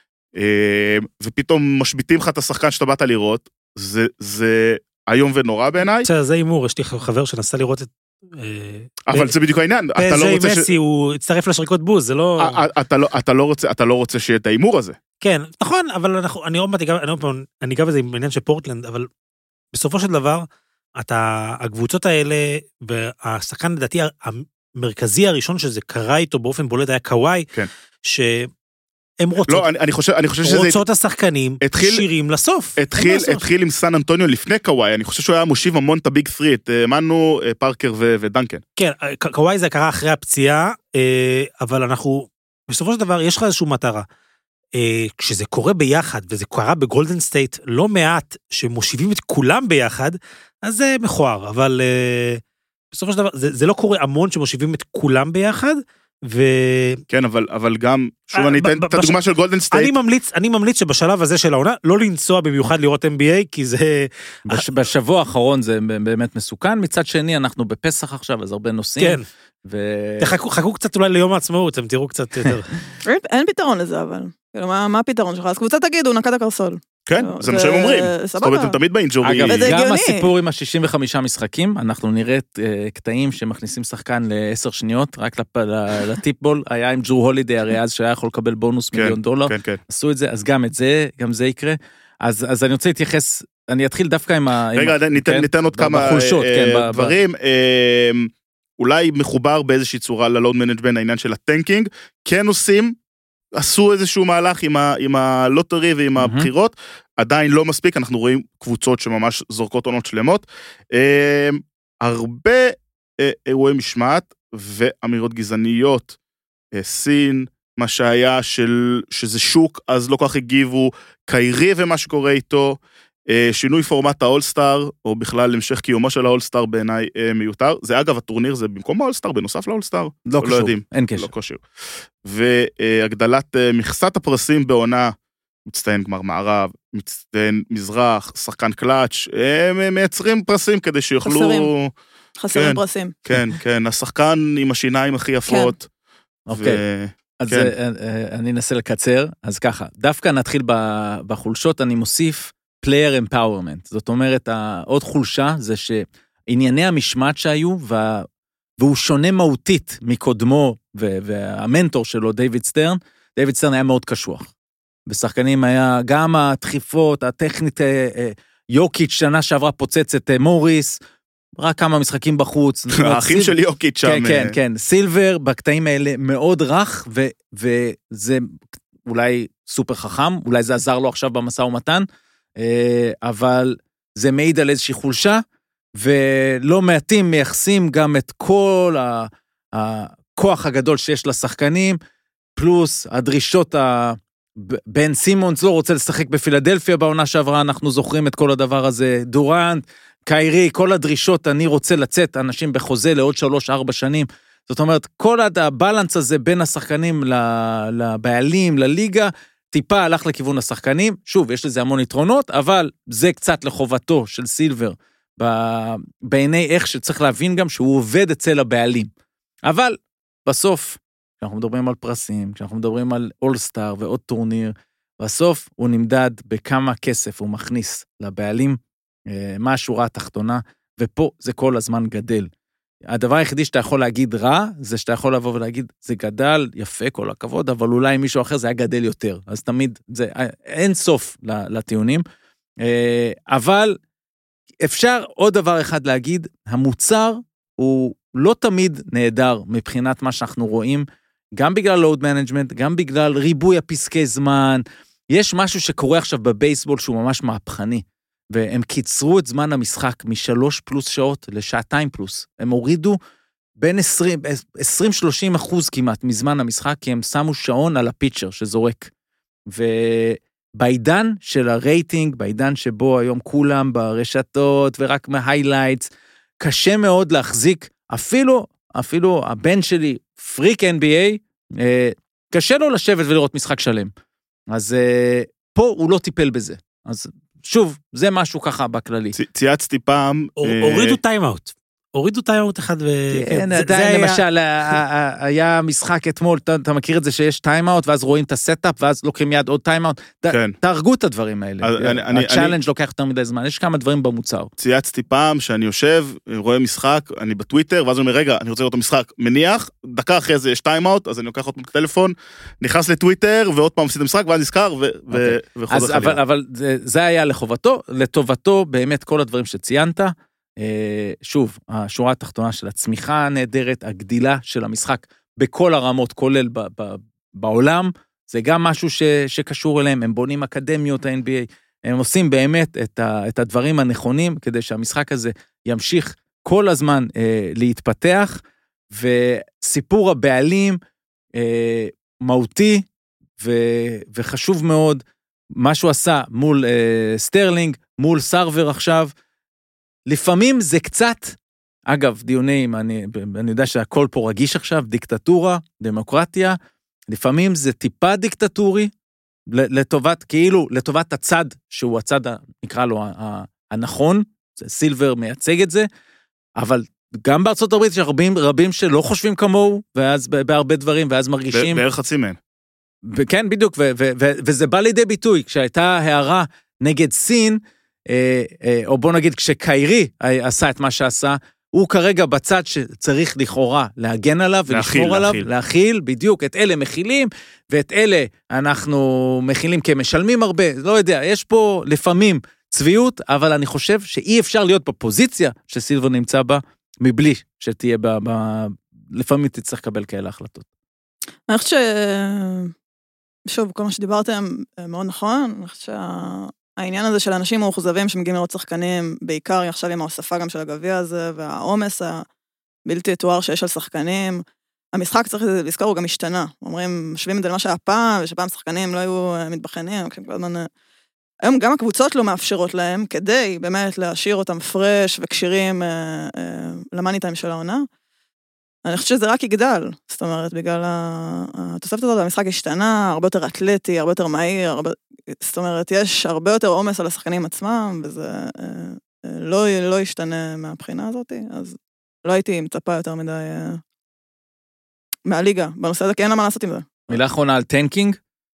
ופתאום משביטים לך את השחקן שאתה באת לראות, זה היום ונורא בעיניי. זה אימור, יש לי חבר שנסע לראות את... אבל זה בדיוק העניין. פז'י מסי, הוא הצטרף לשריקות בוז, זה לא... אתה לא רוצה שיהיה את האימור הזה. כן, נכון, אבל אני אגע בזה עם עניין של פורטלנד, אבל בסופו של דבר, הקבוצות האלה, והשחקן לדעתי המרכזי הראשון שזה קרה איתו באופן בולט היה קוואי, הם רוצות השחקנים שירים לסוף. התחיל עם סן אנטוניו לפני קוואי, אני חושב שהוא היה מושיב המון את הביג 3, את מנו, פארקר ודנקן. כן, קוואי זה קרה אחרי הפציעה, אבל אנחנו, בסופו של דבר יש לך איזושהי מטרה. כשזה קורה ביחד, וזה קרה בגולדן סטייט לא מעט, שמושיבים את כולם ביחד, אז זה מכוער, אבל בסופו של דבר, זה לא קורה המון שמושיבים את כולם ביחד, כן, אבל גם, שוב אני אתן את הדוגמה של גולדן סטייט. אני ממליץ שבשלב הזה של העונה, לא לנסוע במיוחד לראות NBA, כי זה... בשבוע האחרון זה באמת מסוכן, מצד שני אנחנו בפסח עכשיו, אז הרבה נושאים. כן. חכו קצת אולי ליום העצמאות, אתם תראו קצת יותר. אין פתרון לזה, אבל. מה הפתרון שלך? אז קבוצה תגיד, הוא נקד הקרסול. כן, זה מה שהם אומרים. זאת אומרת, הם תמיד באינג'ורי. אגב, גם הסיפור עם ה-65 משחקים, אנחנו נראה קטעים שמכניסים שחקן ל10 שניות, רק לטיפבול, היה עם ג'רו הולידי, הרי אז שהיה יכול לקבל בונוס $1,000,000, עשו את זה, אז גם זה יקרה. אז אני רוצה להתייחס, אני אתחיל דווקא עם רגע, ניתן עוד כמה דברים, אולי מחובר באיזושהי צורה ללואוד מנג'מנט, העניין של הטנקינג, כן עשו איזשהו מהלך עם הלוטרי ועם הבחירות, עדיין לא מספיק, אנחנו רואים קבוצות שממש זורקות עונות שלמות, הרבה אירועי משמעת ואמירות גזעניות, סין, מה שהיה שזה שוק, אז לא כך הגיבו, קיירי ומה שקורה איתו, שינוי פורמט האולסטאר, או בכלל המשך קיומו של האולסטאר בעיניי מיותר, זה אגב הטורניר זה במקום האולסטאר, בנוסף לאולסטאר, לא קשור, אין קשר. לא קשור. והגדלת מכסת הפרסים בעונה, מצטיין גמר מערב, מצטיין מזרח, שחקן קלאץ', הם מייצרים פרסים כדי שיוכלו... חסרים פרסים. כן, כן, השחקן עם השיניים הכי יפות. אוקיי. אז אני אנסה לקצר, אז ככה, דווקא נתחיל בחולשות, אני מוסיף player empowerment, זאת אומרת, עוד חולשה זה שענייני המשמעת שהיו, והוא שונה מהותית מקודמו, והמנטור שלו, דיוויד סטרן היה מאוד קשוח. בשחקנים היה גם הדחיפות, הטכנית, יוקיץ' שנה שעברה פוצץ את מוריס, רק כמה משחקים בחוץ. האחים של יוקיץ' שם. כן, כן, כן. סילבר בקטעים האלה מאוד רך, וזה אולי סופר חכם, אולי זה עזר לו עכשיו במשא ומתן, אבל זה מעיד על איזושהי חולשה, ולא מעטים מייחסים גם את כל הכוח הגדול שיש לשחקנים, פלוס הדרישות, בן סימונס לא רוצה לשחק בפילדלפיה בעונה שעברה, אנחנו זוכרים את כל הדבר הזה, דורנט, קיירי, כל הדרישות, אני רוצה לצאת, אנשים בחוזה לעוד 3-4 שנים, זאת אומרת, כל הבלנס הזה בין השחקנים לבעלים, לליגה, טיפה הלך לכיוון השחקנים, שוב, יש לזה המון יתרונות, אבל זה קצת לחובתו של סילבר, בעיני איך שצריך להבין גם שהוא עובד אצל הבעלים. אבל בסוף, כשאנחנו מדברים על פרסים, כשאנחנו מדברים על אול-סטאר ועוד טורניר, בסוף הוא נמדד בכמה כסף הוא מכניס לבעלים, מה השורה התחתונה, ופה זה כל הזמן גדל. הדבר היחידי שאתה יכול להגיד רע, זה שאתה יכול לבוא ולהגיד, זה גדל, יפה, כל הכבוד, אבל אולי מישהו אחר זה היה גדל יותר. אז תמיד, זה אין סוף לטיעונים. אבל אפשר עוד דבר אחד להגיד, המוצר הוא לא תמיד נהדר מבחינת מה שאנחנו רואים, גם בגלל לואוד מנג'מנט, גם בגלל ריבוי הפסקי זמן. יש משהו שקורה עכשיו בבייסבול שהוא ממש מהפכני. והם קיצרו את זמן המשחק מ3+ שעות ל2 פלוס. הם הורידו בין 20-30% כמעט מזמן המשחק, כי הם שמו שעון על הפיצ'ר שזורק. ובעידן של הרייטינג, בעידן שבו היום כולם ברשתות ורק מההיילייטס, קשה מאוד להחזיק, אפילו הבן שלי, פריק NBA, קשה לו לשבת ולראות משחק שלם. אז פה הוא לא טיפל בזה. אז שוב, זה משהו ככה בכללי. צייצתי פעם... הורידו טיימאוט. הורידו טיימאוט אחד כן, עדיין למשל, היה משחק אתמול, אתה מכיר את זה שיש טיימאוט, ואז רואים את הסטאפ, ואז לוקחים מיד עוד טיימאוט. תהרגו את הדברים האלה. הצ'אלנג' לוקח יותר מדי זמן, יש כמה דברים במוצר. צייצתי פעם שאני יושב, רואה משחק, אני בטוויטר, ואז אני אומר, רגע, אני רוצה לראות את המשחק, מניח, דקה אחרי זה יש טיימאוט, אז אני לוקח עוד טלפון, נכנס לטוויטר, ועוד פעם עושה את המשחק, ואז נזכר, וחוזר חלילה. אבל זה היה לחובתו, לטובתו, באמת כל הדברים שציינת, שוב, השורה התחתונה של הצמיחה הנהדרת, הגדילה של המשחק בכל הרמות, כולל בעולם, זה גם משהו שקשור אליהם, הם בונים אקדמיות ה-NBA, הם עושים באמת את הדברים הנכונים, כדי שהמשחק הזה ימשיך כל הזמן להתפתח, וסיפור הבעלים מהותי וחשוב מאוד, מה שהוא עשה מול סטרלינג, מול סרבר עכשיו, לפעמים זה קצת, אגב, דיונים, אני יודע שהכל פה רגיש עכשיו, דיקטטורה, דמוקרטיה, לפעמים זה טיפה דיקטטורי, לטובת, כאילו, לטובת הצד, שהוא הצד, נקרא לו, הנכון, סילבר מייצג את זה, אבל גם בארצות הברית יש רבים שלא חושבים כמוהו, ואז בהרבה דברים, ואז מרגישים... בערך חצי מהם. כן, בדיוק, וזה בא לידי ביטוי, כשהייתה הערה נגד סין, או בוא נגיד כשקיירי עשה את מה שעשה, הוא כרגע בצד שצריך לכאורה להגן עליו ולשמור עליו, להכיל, בדיוק, את אלה מכילים, ואת אלה אנחנו מכילים כמשלמים הרבה, לא יודע, יש פה לפעמים צביעות, אבל אני חושב שאי אפשר להיות בפוזיציה שסילבר נמצא בה, מבלי שתהיה לפעמים תצטרך לקבל כאלה החלטות. אני חושבת שוב, כל מה שדיברתם מאוד נכון, אני חושבת העניין הזה של אנשים מאוכזבים שמגיעים לראות שחקנים, בעיקר עכשיו עם ההוספה גם של הגביע הזה, והעומס הבלתי תואר שיש על שחקנים, המשחק צריך לזכור, הוא גם השתנה. אומרים, משווים את זה למה שהיה פעם, ושפעם שחקנים לא היו מתבחנים, היום גם הקבוצות לא מאפשרות להם, כדי באמת להשאיר אותם פרש וקשירים למאניטיים של העונה. אני חושבת שזה רק יגדל, זאת אומרת, בגלל התוספת הזאת, המשחק השתנה, הרבה יותר אתלטי, הרבה יותר מהיר, זאת אומרת, יש הרבה יותר עומס על השחקנים עצמם, וזה לא ישתנה מהבחינה הזאת, אז לא הייתי מצפה יותר מדי מהליגה, בנושא הזה, כי אין לה מה לעשות עם זה. מילה אחרונה על טנקינג,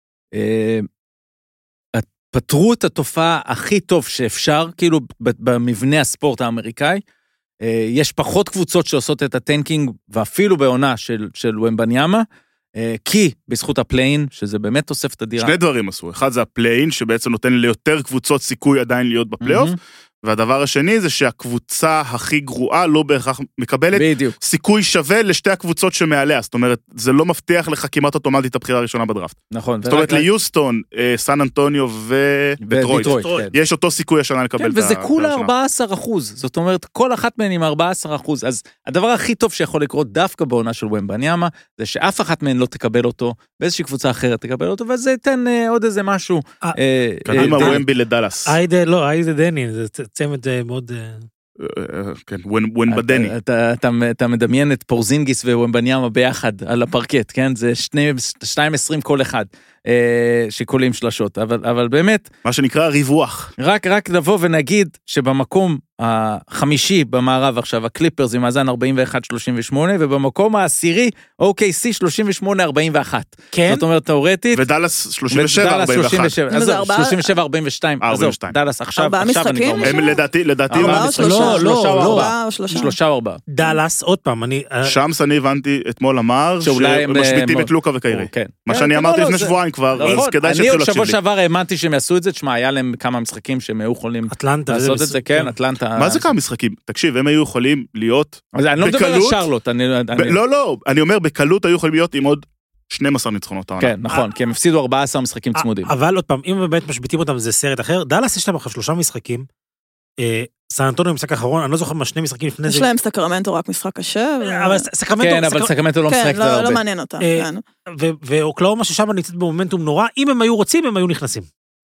פתרו את התופעה הכי טוב שאפשר, כאילו במבנה הספורט האמריקאי, יש פחות קבוצות שעושות את הטנקינג, ואפילו בעונה של ומבניאמה, כי בזכות הפליין, שזה באמת תוספת אדירה. שני דברים עשו, אחד זה הפליין, שבעצם נותן ליותר קבוצות סיכוי עדיין להיות בפלייאוף, והדבר השני זה שהקבוצה הכי גרועה לא בהכרח מקבלת בדיוק. סיכוי שווה לשתי הקבוצות שמעליה, זאת אומרת, זה לא מבטיח לך כמעט אוטומטית את הבחירה הראשונה בדראפט. נכון. זאת אומרת, ליוסטון, סן אנטוניו ודטרויט, יש אותו סיכוי השנה לקבל את וזה כולה 14%, זאת אומרת, כל אחת מהן עם 14%, אז הדבר הכי טוב שיכול לקרות דווקא בעונה של ומבניאמה, זה שאף אחת מהן לא תקבל אותו, באיזושהי קבוצה אחרת תקבל אותו, וזה ייתן עוד איזה משהו. קדימה ומבי לדלס. היידה דני, זה צמד מאוד... כן, ומבדני. אתה מדמיין את פורזינגיס ומבניאמה ביחד על הפרקט, כן? זה 2.20 כל אחד שקולים שלשות, אבל באמת... מה שנקרא ריווח. רק לבוא ונגיד שבמקום החמישי במערב עכשיו, הקליפרס עם מאזן 41-38, ובמקום העשירי, OKC 38-41. כן? זאת אומרת, תאורטית. ודלס 37-41. 37-42. דלס עכשיו... 4 משחקים? לדעתי... 4 או 3? לא. 3 או 4. דלס, עוד פעם, שמס אני הבנתי אתמול אמר שמשביטים את לוקה וקיירי. מה שאני אמרתי לפני שבועיים כבר, אז כדאי שתתחיל להקשיב לי. שבוע שעבר האמנתי שהם יעשו את זה, תשמע, היה להם כמה משחקים שהם היו יכולים לעשות את זה, כן, אטלנטה. מה זה כמה משחקים? תקשיב, הם היו יכולים להיות בקלות. אני לא מדבר על שרלוט. לא, אני אומר, בקלות היו יכולים להיות עם עוד 12 ניצחונות. כן, נכון, כי הם הפסידו 14 משחקים צמודים. אבל עוד פעם, אם באמת משביטים אותם, זה סרט אחר. דלס יש להם עכשיו 3 משחקים. סן אנטוניו משחק האחרון, אני לא זוכר מה 2 משחקים לפני זה. יש להם סקרמנטו רק משחק קשה. כן, אבל סקרמנטו לא משחק הרבה. כן, לא מעניין אותם. ואוקלאומה ששם נמצאת במומנטום נורא, אם הם היו רוצים, הם היו נכנסים.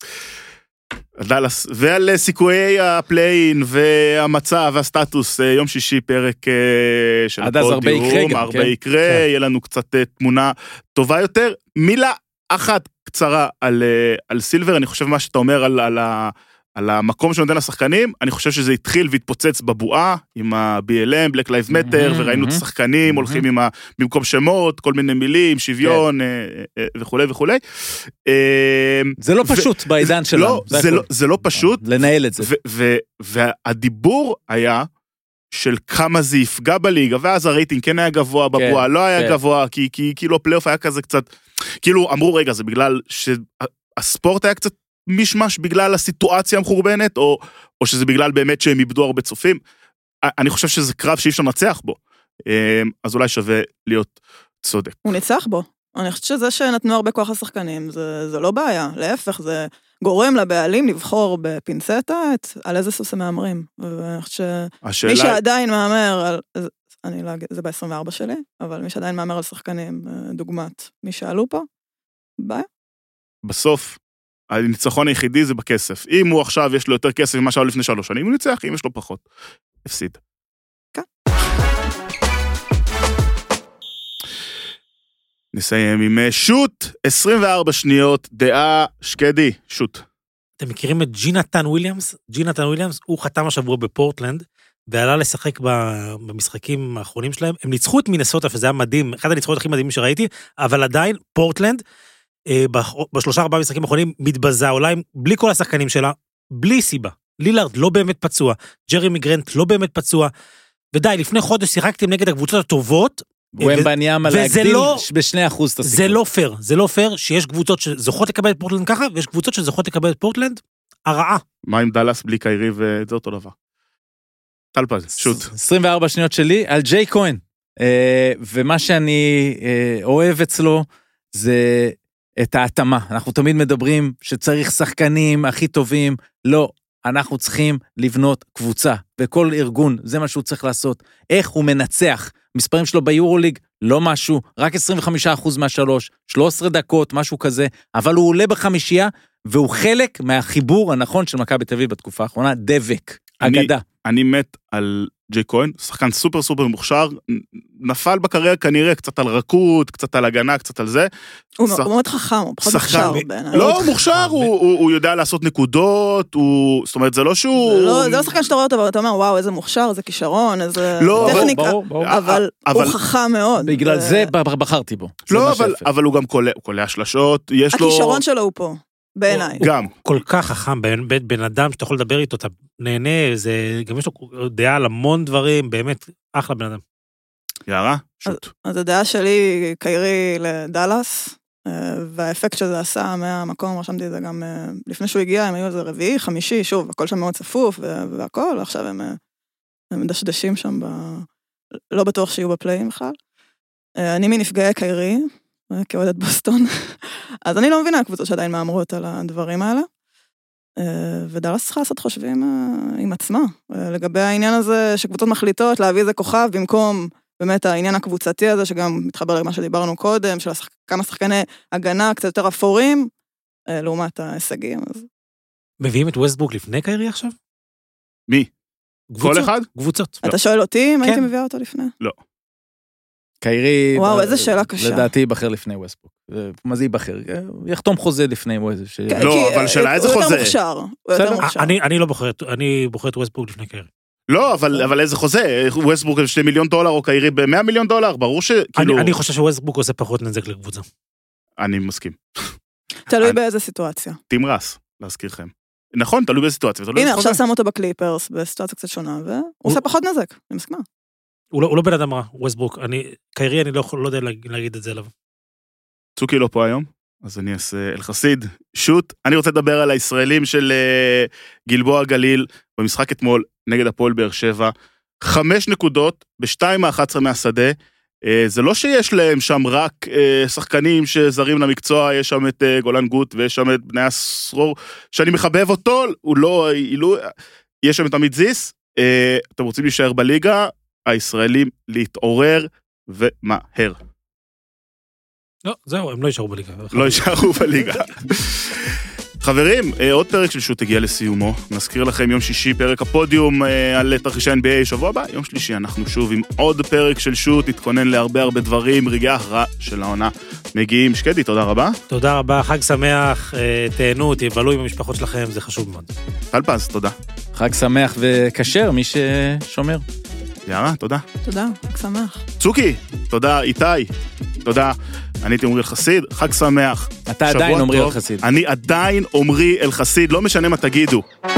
דלס, ועל סיכויי הפליין והמצב והסטטוס, יום שישי פרק של הפודיום, הרבה יקרה, יהיה לנו קצת תמונה טובה יותר. מילה אחת קצרה על סילבר, אני חושב מה שאתה אומר על המקום שנותן לשחקנים, אני חושב שזה התחיל והתפוצץ בבועה, עם ה-BLM, Black Lives Matter, וראינו את השחקנים, הולכים במקום שמות, כל מיני מילים, שוויון, וכו' וכו'. זה לא פשוט בעידן שלנו. זה לא פשוט. לנהל את זה. והדיבור היה, של כמה זה יפגע בליגה, ואז הרייטינג כן היה גבוה בבועה, לא היה גבוה, כי כאילו הפלייאוף היה כזה קצת, כאילו אמרו רגע, זה בגלל שהספורט היה קצת משמש בגלל הסיטואציה המחורבנת, או שזה בגלל באמת שהם איבדו הרבה צופים. אני חושב שזה קרב שאי אפשר לנצח בו. אז אולי שווה להיות צודק. הוא ניצח בו. אני חושבת שזה שנתנו הרבה כוח לשחקנים, זה לא בעיה. להפך, זה גורם לבעלים לבחור בפינצטה על איזה סוס הם מאמרים. ואני חושבת שמי שעדיין מאמר, אני לא אגיד, זה ב-24 שלי, אבל מי שעדיין מאמר על שחקנים, דוגמת מי שעלו פה, בעיה. בסוף, הניצחון היחידי זה בכסף. אם הוא עכשיו יש לו יותר כסף ממה שהיה לפני 3 שנים, הוא ניצח, אם יש לו פחות. הפסיד. כן. נסיים עם שוט, 24 שניות, דעה שקדי, שוט. אתם מכירים את ג'ינתן וויליאמס? ג'ינתן וויליאמס, הוא חתם השבוע בפורטלנד, ועלה לשחק במשחקים האחרונים שלהם. הם ניצחו את מינסוטה, וזה היה מדהים, אחד הניצחונות הכי מדהימים שראיתי, אבל עדיין פורטלנד, ב3-4 משחקים האחרונים מתבזה, אולי בלי כל השחקנים שלה, בלי סיבה. לילארד לא באמת פצוע, ג'רמי גרנט לא באמת פצוע, ודי, לפני חודש שיחקתם נגד הקבוצות הטובות, ומבניאמה להגדיל ב2% את הסיכון. זה לא פייר שיש קבוצות שזוכות לקבל את פורטלנד ככה, ויש קבוצות שזוכות לקבל את פורטלנד הרעה. מה עם דלס בלי קיירי וזה אותו דבר? טלפז, שוט. 24 שניות שלי על ג'יי כהן, ומה שאני אוהב אצלו זה את ההתאמה. אנחנו תמיד מדברים שצריך שחקנים הכי טובים, לא, אנחנו צריכים לבנות קבוצה, וכל ארגון, זה מה שהוא צריך לעשות. איך הוא מנצח? מספרים שלו ביורוליג, לא משהו, רק 25% מהשלוש, 13 דקות, משהו כזה, אבל הוא עולה בחמישייה, והוא חלק מהחיבור הנכון של מכבי תל אביב בתקופה האחרונה, דבק, אגדה. אני מת על ג'יי כהן, שחקן סופר סופר מוכשר, נפל בקריירה כנראה קצת על רכות, קצת על הגנה, קצת על זה. הוא מאוד חכם, הוא פחות מוכשר. לא, הוא מוכשר, הוא יודע לעשות נקודות, זאת אומרת, זה לא שהוא... זה לא שחקן שאתה רואה אותו, ואתה אומר, וואו, איזה מוכשר, איזה כישרון, איזה טכניקה, אבל הוא חכם מאוד. בגלל זה בחרתי בו. לא, אבל הוא גם קולע שלשות, יש לו... הכישרון שלו הוא פה. בעיניי. גם. כל כך חכם, בן אדם שאתה יכול לדבר איתו, אתה נהנה, גם יש לו דעה על המון דברים, באמת אחלה בן אדם. יערה, שוט. אז הדעה שלי, קיירי לדלס, והאפקט שזה עשה מהמקום, רשמתי את זה גם לפני שהוא הגיע, הם היו איזה רביעי, חמישי, שוב, הכל שם מאוד צפוף והכל, ועכשיו הם מדשדשים שם, לא בטוח שיהיו בפלאים בכלל. אני מנפגעי קיירי, כאוהדת בוסטון, אז אני לא מבינה הקבוצות שעדיין מאמרות על הדברים האלה, ודלס צריכה לעשות חושבים עם עצמה, לגבי העניין הזה שקבוצות מחליטות להביא איזה כוכב במקום באמת העניין הקבוצתי הזה, שגם מתחבר למה שדיברנו קודם, של כמה שחקני הגנה קצת יותר אפורים, לעומת ההישגים. מביאים את ווסטברוק לפני קיירי עכשיו? מי? כל אחד? קבוצות. אתה שואל אותי אם הייתי מביאה אותו לפני? לא. קיירי, וואו, איזה שאלה קשה. לדעתי ייבחר לפני ווסטברוק. מה זה ייבחר? יחתום חוזה לפני ווסטברוק. לא, אבל שאלה איזה חוזה? הוא יותר מוכשר. אני לא בוחר, אני בוחר את ווסטברוק לפני קיירי. לא, אבל איזה חוזה? ווסטברוק $2 מיליון או קיירי $100 מיליון? ברור שכאילו... אני חושב שווסטברוק עושה פחות נזק לקבוצה. אני מסכים. תלוי באיזה סיטואציה. תימרס, להזכירכם. נכון, תלוי באיזה סיטואציה. הנה, עכשיו שם אותו בקליפרס, בסיטואציה קצת שונה, והוא עושה פחות נזק, אני מסכימה. הוא לא בן אדם רע, ווסטברוק. קיירי, אני לא יודע להגיד את זה עליו. צוקי לא פה היום, אז אני אעשה אלחסיד, שוט. אני רוצה לדבר על הישראלים של גלבוע גליל, במשחק אתמול נגד הפועל באר שבע, 5 נקודות, ב-2-11 מהשדה, זה לא שיש להם שם רק שחקנים שזרים למקצוע, יש שם את גולן גוט, ויש שם את בני הסרור, שאני מחבב אותו, הוא לא, יש שם את עמית זיס, אתם רוצים להישאר בליגה, הישראלים להתעורר ומהר. לא, זהו, הם לא יישארו בליגה. לא יישארו בליגה. חברים, עוד פרק של שוט הגיע לסיומו. נזכיר לכם יום שישי פרק הפודיום על תרחישי NBA. שבוע הבא, יום שלישי, אנחנו שוב עם עוד פרק של שוט, התכונן להרבה דברים, רגעי ההכרעה של העונה מגיעים. שקדי, תודה רבה. תודה רבה, חג שמח, תהנו, תבלו עם המשפחות שלכם, זה חשוב מאוד. טלפז, תודה. חג שמח וכשר, מי ששומר. יערה, תודה. תודה, חג שמח. צוקי, תודה, איתי, תודה. אני הייתי עומרי אלחסיד, חג שמח. אתה עדיין עומרי אלחסיד. אני עדיין עומרי אלחסיד, לא משנה מה תגידו.